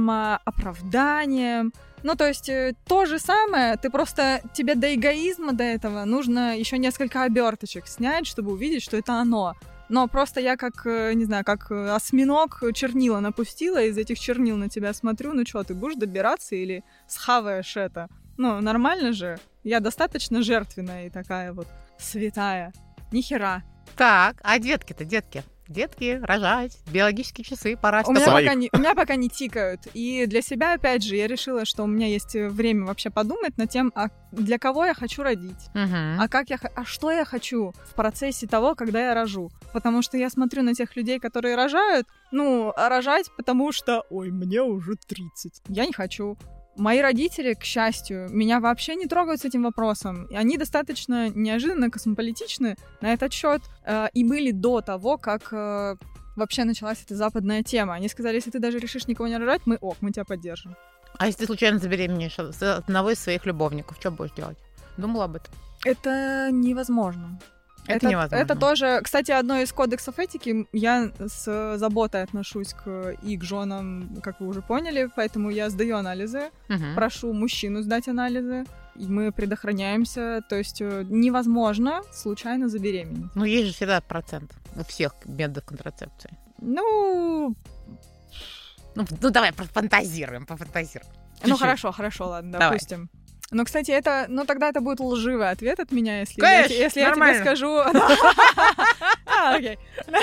самооправданием. Ну, то есть э, то же самое, ты просто, тебе до эгоизма до этого нужно еще несколько оберточек снять, чтобы увидеть, что это оно. Но просто я как, э, не знаю, как э, осьминог чернила напустила, из этих чернил на тебя смотрю, ну что, ты будешь добираться или схаваешь это? Ну, нормально же. Я достаточно жертвенная и такая вот святая. Нихера. Так, а детки-то, детки? Детки, рожать, биологические часы, пора. У меня, Своих. пока не, у меня пока не тикают. И для себя, опять же, я решила, что у меня есть время вообще подумать над тем, а для кого я хочу родить. Мгм. А как я, х- а что я хочу в процессе того, когда я рожу? Потому что я смотрю на тех людей, которые рожают, ну, а рожать, потому что, ой, мне уже тридцать. Я не хочу. Мои родители, к счастью, меня вообще не трогают с этим вопросом. И они достаточно неожиданно космополитичны на этот счет э, и были до того, как э, вообще началась эта западная тема. Они сказали, если ты даже решишь никого не рожать, мы ок, мы тебя поддержим. А если ты случайно забеременеешь от одного из своих любовников, что будешь делать? Думала об этом? Это невозможно. Это невозможно. Это тоже, кстати, одно из кодексов этики. Я с заботой отношусь к и к женам, как вы уже поняли, поэтому я сдаю анализы, Мгм. прошу мужчину сдать анализы, и мы предохраняемся. То есть э, невозможно случайно забеременеть. Ну, есть же всегда процент у всех методов контрацепции. Ну, Ну, ну давай пофантазируем, пофантазируем. ну Чуть-чуть. хорошо, хорошо, ладно, Давай. допустим. Но, кстати, это, ну тогда это будет лживый ответ от меня, если, Конечно, я, если я тебе нормально. скажу. А, окей.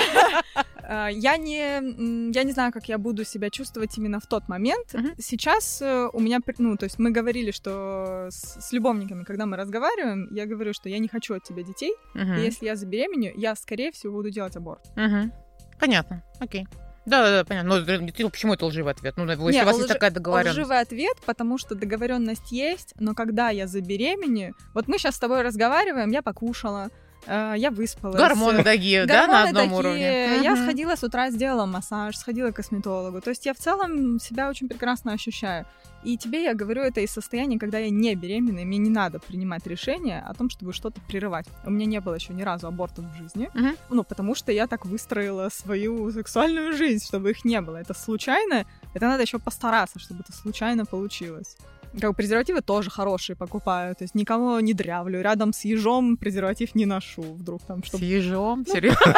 А, Я не, м, я не знаю, как я буду себя чувствовать именно в тот момент. Мгм. Сейчас э, у меня, при- ну, то есть мы говорили, что с, с любовниками, когда мы разговариваем, я говорю, что я не хочу от тебя детей, Мгм. и если я забеременею, я, скорее всего, буду делать аборт. Мгм. Понятно, окей. Да, да, да, понятно. Но ты- ты- почему это лживый ответ? Ну, если Не, у вас есть лжи- такая договоренность. Лживый ответ, потому что договоренность есть, но когда я забеременею, вот мы сейчас с тобой разговариваем, я покушала, э, я выспалась. Гормоны такие, да, на Гормоны одном такие. уровне. Я Мгм. сходила с утра, сделала массаж, сходила к косметологу. То есть я в целом себя очень прекрасно ощущаю. И тебе я говорю это из состояния, когда я не беременна, и мне не надо принимать решение о том, чтобы что-то прерывать. У меня не было еще ни разу абортов в жизни. Мгм. Ну, потому что я так выстроила свою сексуальную жизнь, чтобы их не было. Это случайно, это надо еще постараться, чтобы это случайно получилось. Как бы презервативы тоже хорошие покупаю, то есть никому не дрявлю. Рядом с ежом презерватив не ношу, вдруг там что-то. С ежом? Серьезно?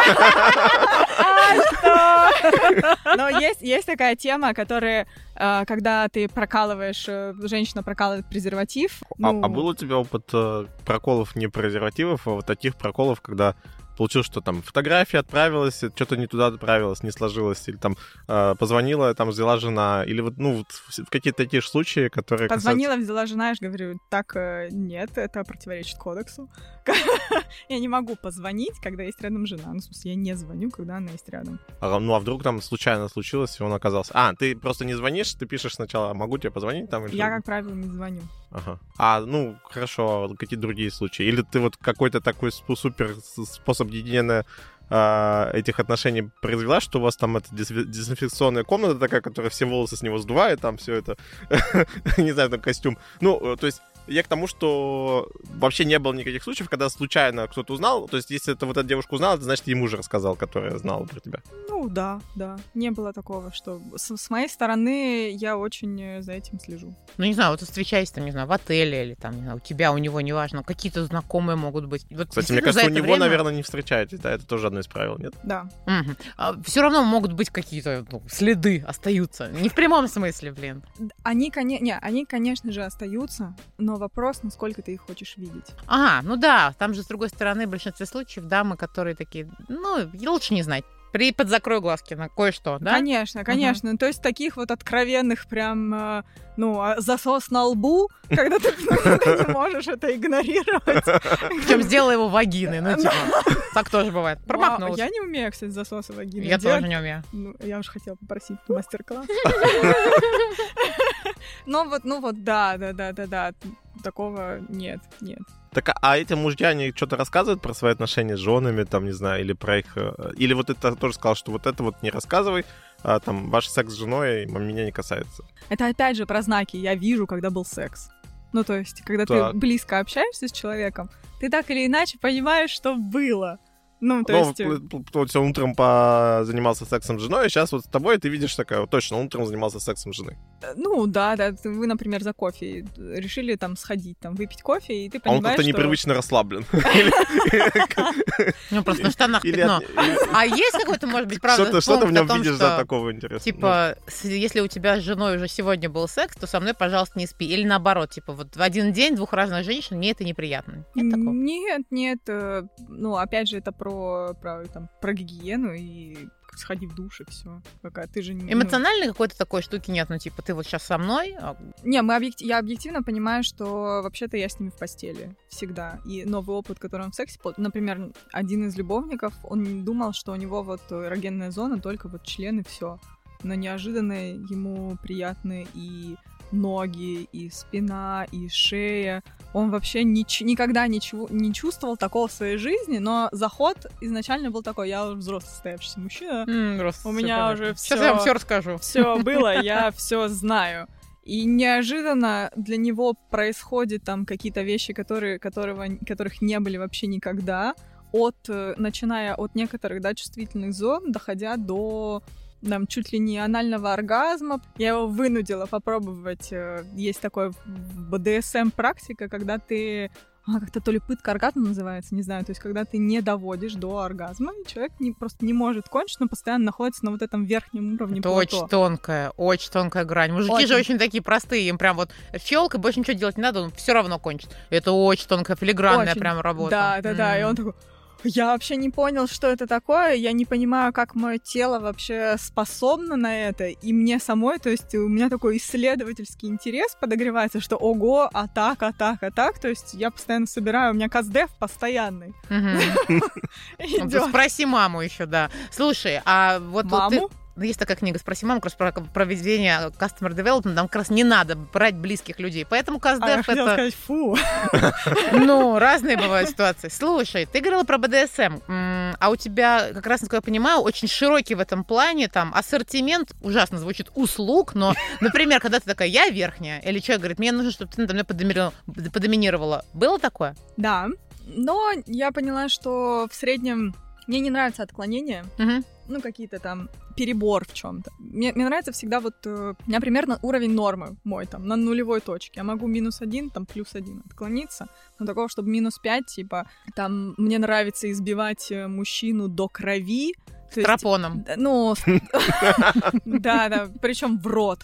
Но есть, есть такая тема, которая, когда ты прокалываешь, женщина прокалывает презерватив. Ну... А, а был у тебя опыт э, проколов не презервативов, а вот таких проколов, когда получилось, что там фотография отправилась, что-то не туда отправилось, не сложилось, или там э, позвонила, там взяла жена, или вот, ну, вот в какие-то такие же случаи, которые Позвонила, касаются... взяла жена, я же говорю, так, э, нет, это противоречит кодексу. Я не могу позвонить, когда есть рядом жена. Ну, в смысле, я не звоню, когда она есть рядом. А, ну, а вдруг там случайно случилось, и он оказался... А, ты просто не звонишь, ты пишешь сначала, могу тебе позвонить там? Или Я, что? как правило, не звоню. Ага. А, ну, хорошо, какие другие случаи? Или ты вот какой-то такой супер способ единения э, этих отношений произвела, что у вас там эта дезинфекционная комната такая, которая все волосы с него сдувает, там все это, не знаю, там костюм. Ну, то есть я к тому, что вообще не было никаких случаев, когда случайно кто-то узнал. То есть, если это вот эта девушка узнала, это значит, ему же рассказал, которая знала про тебя. Ну, да, да. Не было такого, что... С, с моей стороны я очень за этим слежу. Ну, не знаю, вот встречаясь там, не знаю, в отеле или там, не знаю, у тебя, у него, неважно, какие-то знакомые могут быть. Вот, кстати, мне кажется, у него, время... наверное, не встречаетесь, да? Это тоже одно из правил, нет? Да. Угу. А, все равно могут быть какие-то ну, следы, остаются. Не в прямом смысле, блин. Они, коне... не, они, конечно же, остаются, но вопрос, насколько ты их хочешь видеть. Ага, ну да, там же, с другой стороны, в большинстве случаев дамы, которые такие, ну, лучше не знать. При подзакрой глазки на кое-что, да? Конечно, конечно. Uh-huh. То есть таких вот откровенных прям, ну, засос на лбу, когда ты не можешь это игнорировать. Причем сделала его вагиной, ну, типа, так тоже бывает. Промахнулась. Я не умею, кстати, засосы вагины. Я тоже не умею. Ну, я уже хотела попросить мастер-класс. Ну вот, ну вот, да, да, да, да, да. Такого нет, нет. Так, а эти мужья, они что-то рассказывают про свои отношения с женами, там, не знаю, или про их... Или вот это тоже сказал, что вот это вот не рассказывай, а там ваш секс с женой меня не касается. Это опять же про знаки. Я вижу, когда был секс. Ну, то есть, когда так. ты близко общаешься с человеком, ты так или иначе понимаешь, что было. Ну, то ну, есть... Вот все утром занимался сексом с женой, а сейчас вот с тобой ты видишь такая, вот, точно, утром занимался сексом с женой. Ну, да, да, вы, например, за кофе решили там сходить, там, выпить кофе, и ты понимаешь, а он как-то что... непривычно расслаблен. Ну, просто на штанах пятно. А есть какой-то, может быть, правда, что ты в нем видишь за такого интересного? Типа, если у тебя с женой уже сегодня был секс, то со мной, пожалуйста, не спи. Или наоборот, типа, вот в один день двух разных женщин, мне это неприятно. Нет такого? Нет, нет. Ну, опять же, это про, про, там, про гигиену и сходи в душ и все. Какая ты же не. Эмоциональной ну... какой-то такой штуки нет, ну типа ты вот сейчас со мной. А... Не, мы объектив... я объективно понимаю, что вообще-то я с ними в постели всегда. И новый опыт, который он в сексе, например, один из любовников, он думал, что у него вот эрогенная зона только вот член и все. Но неожиданно ему приятны и ноги, и спина, и шея. Он вообще нич- никогда ничего не чувствовал такого в своей жизни, но заход изначально был такой: я уже взрослый состоявшийся мужчина, mm, у меня уже все. Сейчас я вам все расскажу. Все было, я все знаю. И неожиданно для него происходят там какие-то вещи, которые, которого, которых не были вообще никогда, от, начиная от некоторых, да, чувствительных зон, доходя до там, чуть ли не анального оргазма. Я его вынудила попробовать. Есть такое бэ дэ эс эм практика, когда ты... А, как-то то ли пытка оргазма называется, не знаю. То есть, когда ты не доводишь до оргазма, и человек не, просто не может кончить, но постоянно находится на вот этом верхнем уровне Это плато. очень тонкая, очень тонкая грань. Мужики очень. же очень такие простые, им прям вот щелк, и больше ничего делать не надо, он все равно кончит. Это очень тонкая, филигранная очень. Прям работа. Да, да, да. Mm. И он такой... Я вообще не понял, что это такое, я не понимаю, как мое тело вообще способно на это, и мне самой, то есть у меня такой исследовательский интерес подогревается, что ого, а так, а так, а так, то есть я постоянно собираю, у меня каздев постоянный. Спроси маму еще, да. Слушай, а вот... Маму? Есть такая книга «Спроси маму», как раз про проведение customer development, там как раз не надо брать близких людей, поэтому каздев а, я это... хотела сказать, фу. Ну, разные бывают ситуации. Слушай, ты говорила про бэ дэ эс эм, а у тебя, как раз, насколько я понимаю, очень широкий в этом плане, там, ассортимент, ужасно звучит, услуг, но, например, когда ты такая, я верхняя, или человек говорит, мне нужно, чтобы ты надо мной подоминировала, подоминировала. Было такое? Да, но я поняла, что в среднем Мне не нравятся отклонения, Мгм. ну, какие-то там перебор в чем-то. Мне, мне нравится всегда вот... э, У меня примерно уровень нормы мой, там, на нулевой точке. Я могу минус один, там, плюс один отклониться. Но такого, чтобы минус пять, типа, там, мне нравится избивать э, мужчину до крови. То есть, Тропоном. да, ну, да, да, причем в рот.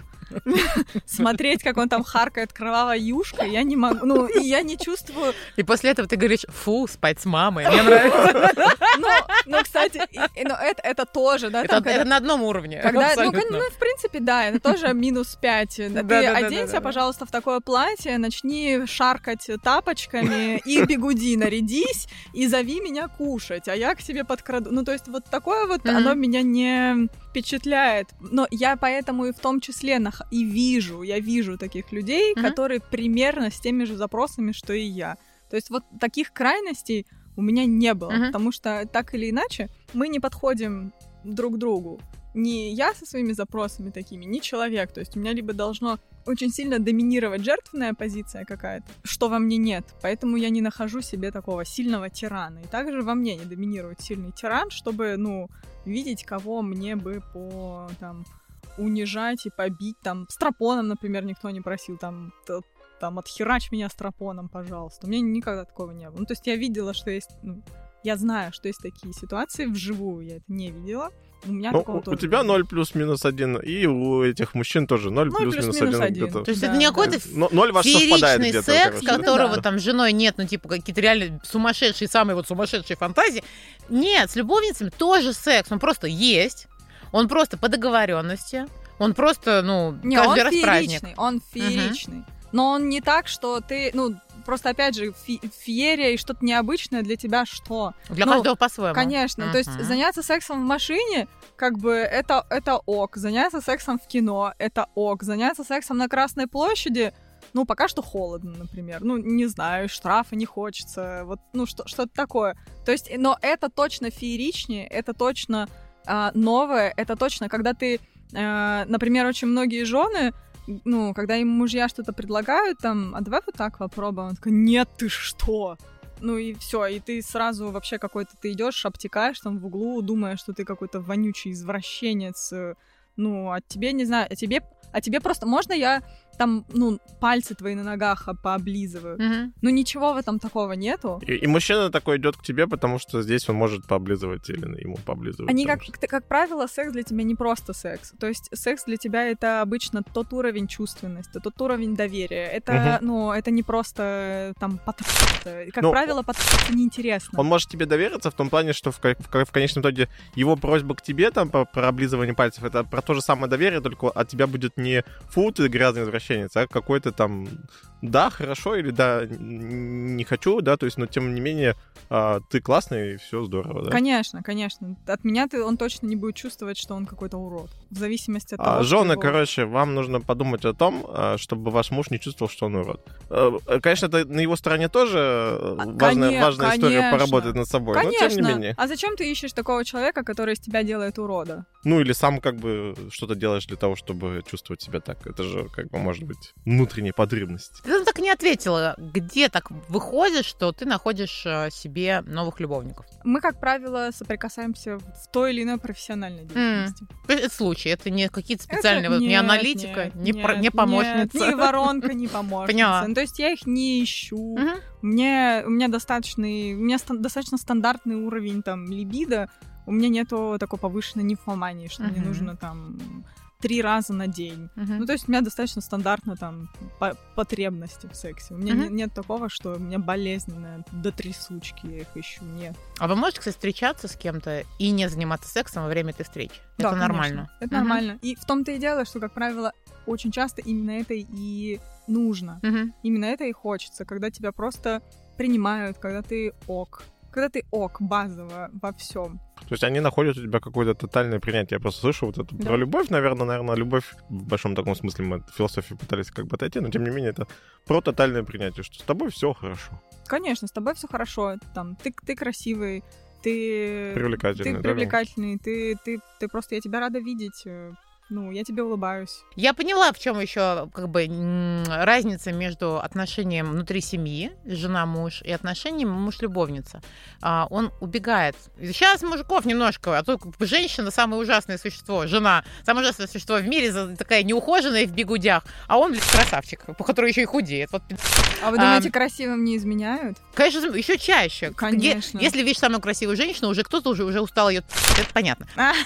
Смотреть, как он там харкает кровавой юшкой, я не могу, ну, и я не чувствую... И после этого ты говоришь, фу, спать с мамой, мне нравится. Ну, ну, кстати, и- и- но это, это тоже, да, Это там, когда- это на одном уровне. Когда, ну, абсолютно. кон- ну, в принципе, да, это тоже минус пять. Ты Да-да-да-да-да. оденься, пожалуйста, в такое платье, начни шаркать тапочками и бигуди нарядись, и зови меня кушать, а я к тебе подкраду. Ну, то есть вот такое вот, Мгм. оно меня не впечатляет. Но я поэтому и в том числе нах- и вижу, я вижу таких людей, Мгм. которые примерно с теми же запросами, что и я. То есть вот таких крайностей у меня не было, Мгм. потому что так или иначе мы не подходим друг к другу. Не я со своими запросами такими, не человек. То есть у меня либо должно очень сильно доминировать жертвенная позиция какая-то, что во мне нет. Поэтому я не нахожу себе такого сильного тирана. И также во мне не доминирует сильный тиран, чтобы, ну, видеть, кого мне бы по, там, унижать и побить. Там, с тропоном, например, никто не просил. Там, т- там, отхерач меня с тропоном, пожалуйста. У меня никогда такого не было. Ну, то есть я видела, что есть... Ну, я знаю, что есть такие ситуации. Вживую я это не видела. У меня Ну, такого у, тоже у тебя не было. ноль плюс-минус один, и у этих мужчин тоже ноль Ноль плюс-минус плюс-минус один. один. где-то. То есть Да, это не да. какой-то Но- Ноль ваш совпадает фееричный где-то. секс, короче. которого Да. там с женой нет, ну, типа, какие-то реально сумасшедшие, самые вот сумасшедшие фантазии. Нет, с любовницами тоже секс, он просто есть, он просто по договоренности, он просто, ну, Не, он каждый раз праздник. фееричный, он фееричный. Но он не так, что ты, ну, просто опять же, фе- феерия и что-то необычное для тебя что? Для Ну, каждого по-своему. Конечно, то есть Мгм. заняться сексом в машине, как бы это, это ок, заняться сексом в кино, это ок, заняться сексом на Красной площади, ну, пока что холодно, например, ну, не знаю, штрафа не хочется, вот, ну, что, что-то такое. То есть, но это точно фееричнее, это точно а, новое, это точно, когда ты, а, например, очень многие жены, ну, когда им мужья что-то предлагают, там, а давай вот так попробуем, он такой, нет, ты что? Ну и все, и ты сразу вообще какой-то, ты идешь, обтекаешь там в углу, думая, что ты какой-то вонючий извращенец, э, ну, а тебе, не знаю, а тебе, а тебе просто, можно я там, ну, пальцы твои на ногах а, пооблизываю? Мгм. Ну, ничего в этом такого нету. И, и мужчина такой идет к тебе, потому что здесь он может пооблизывать или ему пооблизывать. Они, потому как, что- ты- как правило, секс для тебя не просто секс. То есть секс для тебя это обычно тот уровень чувственности, тот уровень доверия. Это, ну, это не просто э, там потрахаться. Как Ну, правило, потрахаться неинтересно. Он может тебе довериться в том плане, что в, ко- в ко- в конечном итоге его просьба к тебе там по, про облизывание пальцев, это про то же самое доверие, только от тебя будет не фу, ты грязный извращенец, а какой-то там да, хорошо, или да, н- не хочу, да, то есть, но тем не менее а, ты классный, и все здорово, да. Конечно, конечно. От меня ты, он точно не будет чувствовать, что он какой-то урод. В зависимости от того, А, что жены, его- короче, вам нужно подумать о том, а, чтобы ваш муж не чувствовал, что он урод. Э, Конечно, это на его стороне тоже э, А, важная, коне- важная история конечно. поработать над собой, но Конечно. тем не менее. А зачем ты ищешь такого человека, который из тебя делает урода? Ну, или сам как бы что-то делаешь для того, чтобы чувствовать себя так. Это же как бы может быть внутренняя потребность. Ты нам так и не ответила, где так выходит, что ты находишь э, себе новых любовников? Мы, как правило, соприкасаемся в той или иной профессиональной деятельности. Это случай, это не какие-то специальные, Это вот, не нет, аналитика, нет, не, нет, про- не помощница. Нет, ни воронка, ни помощница. Поняла. Ну, то есть я их не ищу. Мгм. Мне, у меня достаточный, у меня стан- достаточно стандартный уровень там либидо. У меня нету такой повышенной нимфомании, что мне Мгм. нужно там три раза на день. Мгм. Ну, то есть у меня достаточно стандартно там по- потребности в сексе. У меня Мгм. не- нет такого, что у меня болезненно до трясучки, я их ищу. Нет. А вы можете, кстати, встречаться с кем-то и не заниматься сексом во время этой встречи? Да, Это конечно. нормально. Это Мгм. нормально. И в том-то и дело, что, как правило, очень часто именно это и нужно. Мгм. Именно это и хочется, когда тебя просто принимают, когда ты ок. Когда ты ок базово во всем. То есть они находят у тебя какое-то тотальное принятие. Я просто слышу вот это Да. про любовь, наверное, наверное, любовь в большом таком смысле мы от философии пытались как бы отойти, но тем не менее это про тотальное принятие, что с тобой все хорошо. Конечно, с тобой все хорошо. Там, ты, ты красивый, ты... Привлекательный, Ты да, привлекательный, ты, ты, ты просто... Я тебя рада видеть. э, ну, я тебе улыбаюсь. Я поняла, в чем еще как бы разница между отношением внутри семьи, жена-муж, и отношением муж-любовница. А, он убегает. Сейчас мужиков немножко, а то женщина самое ужасное существо, жена самое ужасное существо в мире, такая неухоженная в бигудях, а он, блин, красавчик, по которому еще и худеет. Вот. А вы думаете, а, красивым не изменяют? Конечно, еще чаще. Конечно. Если видишь самую красивую женщину, уже кто-то уже, уже устал ее... Это понятно.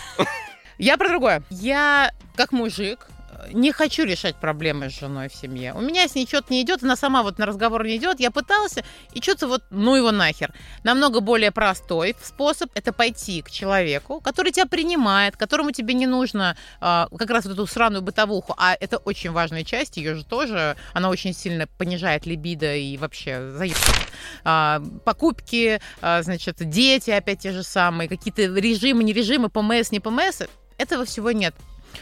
Я про другое. Я, как мужик, не хочу решать проблемы с женой в семье. У меня с ней что-то не идет, она сама вот на разговор не идет. Я пыталась, и что-то вот, ну его нахер. Намного более простой способ – это пойти к человеку, который тебя принимает, которому тебе не нужно а, как раз вот эту сраную бытовуху, а это очень важная часть, ее же тоже, она очень сильно понижает либидо и вообще заебывает. А, покупки, а, значит, дети опять те же самые, какие-то режимы, не режимы, ПМС, не ПМС, этого всего нет.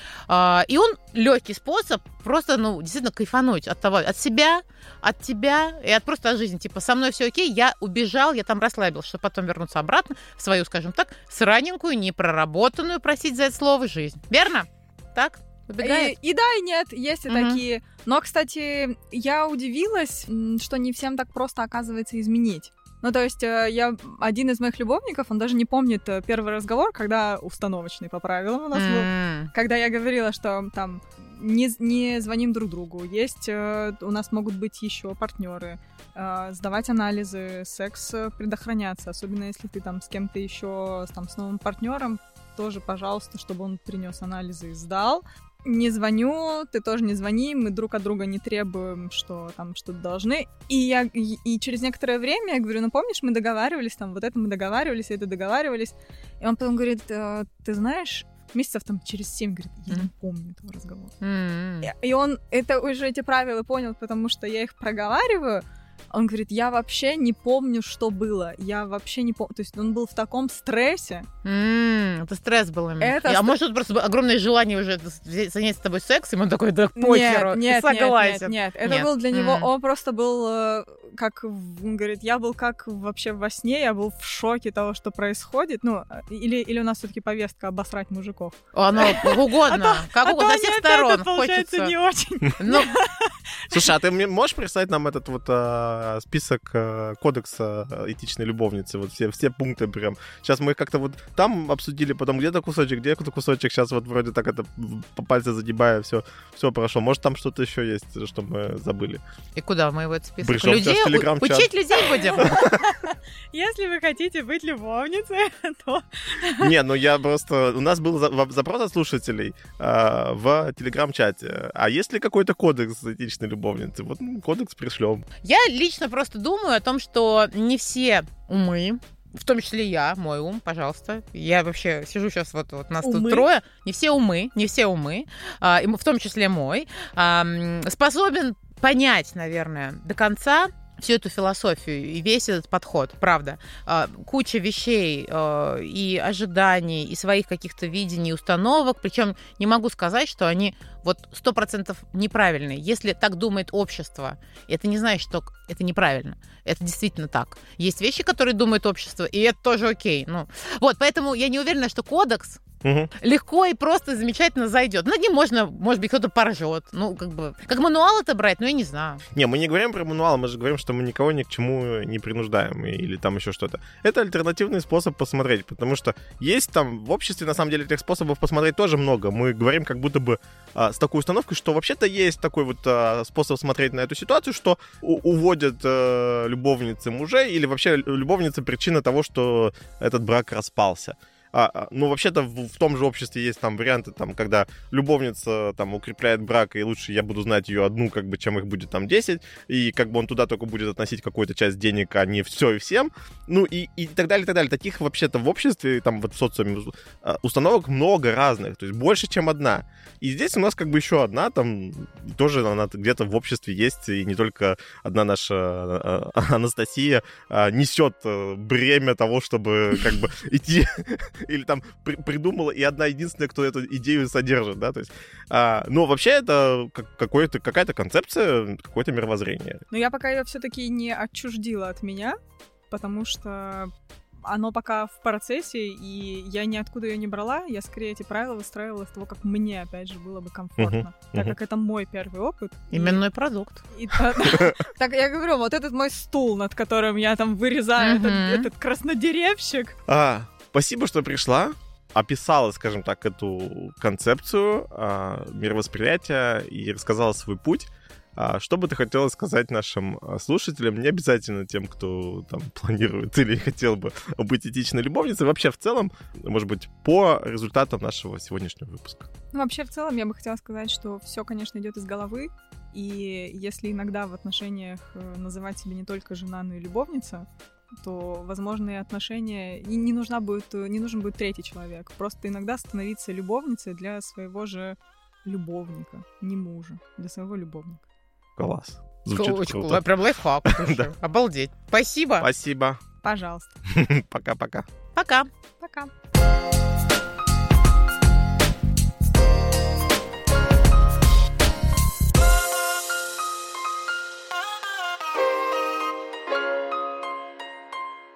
Uh, и он легкий способ просто, ну, действительно кайфануть от того, от себя, от тебя и от просто от жизни. Типа, со мной все окей, я убежал, я там расслабился, чтобы потом вернуться обратно в свою, скажем так, сраненькую, непроработанную, простите за это слово, жизнь. Верно? Так? Убегает? И, и да, и нет, есть и mm-hmm. такие. Но, кстати, я удивилась, что не всем так просто, оказывается, изменить. Ну, то есть, я один из моих любовников, он даже не помнит первый разговор, когда установочный по правилам у нас mm. был, когда я говорила, что там не, не звоним друг другу, есть, у нас могут быть еще партнеры, сдавать анализы, секс предохраняться, особенно если ты там с кем-то еще, там, с новым партнером, тоже, пожалуйста, чтобы он принес анализы и сдал. Не звоню, ты тоже не звони, мы друг от друга не требуем, что там что-то должны. И я и, и через некоторое время я говорю, ну помнишь, мы договаривались, там вот это мы договаривались, это договаривались. И он потом говорит, ты знаешь, месяцев там через семь, говорит, я mm-hmm. не помню этого разговора. Mm-hmm. И он это уже эти правила понял, потому что я их проговариваю. Он говорит, я вообще не помню, что было. Я вообще не помню. То есть он был в таком стрессе. Mm, это стресс был именно. Это а ст... может, тут просто огромное желание уже занять с тобой сексом, и он такой, да похеру, нет, согласен. Нет, нет, нет. Это нет. был для него, mm. он просто был, как, он говорит, я был как вообще во сне, я был в шоке того, что происходит. Ну, или, или у нас все-таки повестка обосрать мужиков. Оно угодно, как угодно, со всех сторон. Это получается не очень. Слушай, а ты можешь прислать нам этот вот список э, кодекса этичной любовницы, вот все, все пункты прям. Сейчас мы их как-то вот там обсудили, потом где-то кусочек, где-то кусочек, сейчас вот вроде так это по пальцу задебая, все, все прошло. Может, там что-то еще есть, что мы забыли. И куда мы его этот список? Пришел людей? В телеграм-чат. Учить людей будем? Если вы хотите быть любовницей, то... Не, ну я просто... У нас был запрос от слушателей в телеграм-чате. А есть ли какой-то кодекс этичной любовницы? Вот кодекс пришлем. Я лично просто думаю о том, что не все умы, в том числе я, мой ум, пожалуйста. Я вообще сижу сейчас, вот, вот нас умы? Тут трое. Не все умы, не все умы, а, в том числе мой, а, способен понять, наверное, до конца всю эту философию и весь этот подход, правда. Куча вещей и ожиданий, и своих каких-то видений, установок, причем не могу сказать, что они вот сто процентов неправильные. Если так думает общество, это не значит, что это неправильно. Это действительно так. Есть вещи, которые думает общество, и это тоже окей. Ну, вот, поэтому я не уверена, что кодекс Угу. легко и просто замечательно зайдет. Над ним можно, может быть, кто-то поржет. Ну, как бы, как мануал это брать, ну, я не знаю. Не, мы не говорим про мануал, мы же говорим, что мы никого ни к чему не принуждаем или там еще что-то. Это альтернативный способ посмотреть, потому что есть там в обществе, на самом деле, этих способов посмотреть тоже много. Мы говорим как будто бы а, с такой установкой, что вообще-то есть такой вот а, способ смотреть на эту ситуацию, что у- уводят а, любовницы мужей, или вообще любовница причина того, что этот брак распался. А, ну, вообще-то в, в том же обществе есть там варианты, там, когда любовница там укрепляет брак, и лучше я буду знать ее одну, как бы, чем их будет там десять, и как бы он туда только будет относить какую-то часть денег, а не все и всем. Ну, и, и так далее, и так далее. Таких вообще-то в обществе, там, вот в социуме установок много разных, то есть больше, чем одна. И здесь у нас как бы еще одна, там, тоже она где-то в обществе есть, и не только одна наша Анастасия несет бремя того, чтобы как бы идти... или там при- придумала, и одна единственная, кто эту идею содержит, да, то есть, а, но вообще это какое-то, какая-то концепция, какое-то мировоззрение. Но я пока ее все-таки не отчуждила от меня, потому что оно пока в процессе, и я ниоткуда ее не брала, я скорее эти правила выстраивала из того, как мне, опять же, было бы комфортно, Мгм, так мгм. как это мой первый опыт. и- Именной продукт. и та- Так я говорю, вот этот мой стул, над которым я там вырезаю этот- Мгм. этот краснодеревщик. А, спасибо, что пришла, описала, скажем так, эту концепцию а, мировосприятия и рассказала свой путь. А, что бы ты хотела сказать нашим а, слушателям, не обязательно тем, кто там планирует или хотел бы быть этичной любовницей, вообще в целом, может быть, по результатам нашего сегодняшнего выпуска. Ну, вообще, в целом, я бы хотела сказать, что все, конечно, идет из головы, и если иногда в отношениях э, называть себя не только жена, но и любовница, то, возможно, и отношения... И не, нужна будет, не нужен будет третий человек. Просто иногда становиться любовницей для своего же любовника, не мужа, для своего любовника. Класс. Звучит Очень круто. круто. Прям лайфхак. слушай. Да. Обалдеть. Спасибо. Спасибо. Пожалуйста. Пока-пока. Пока. Пока.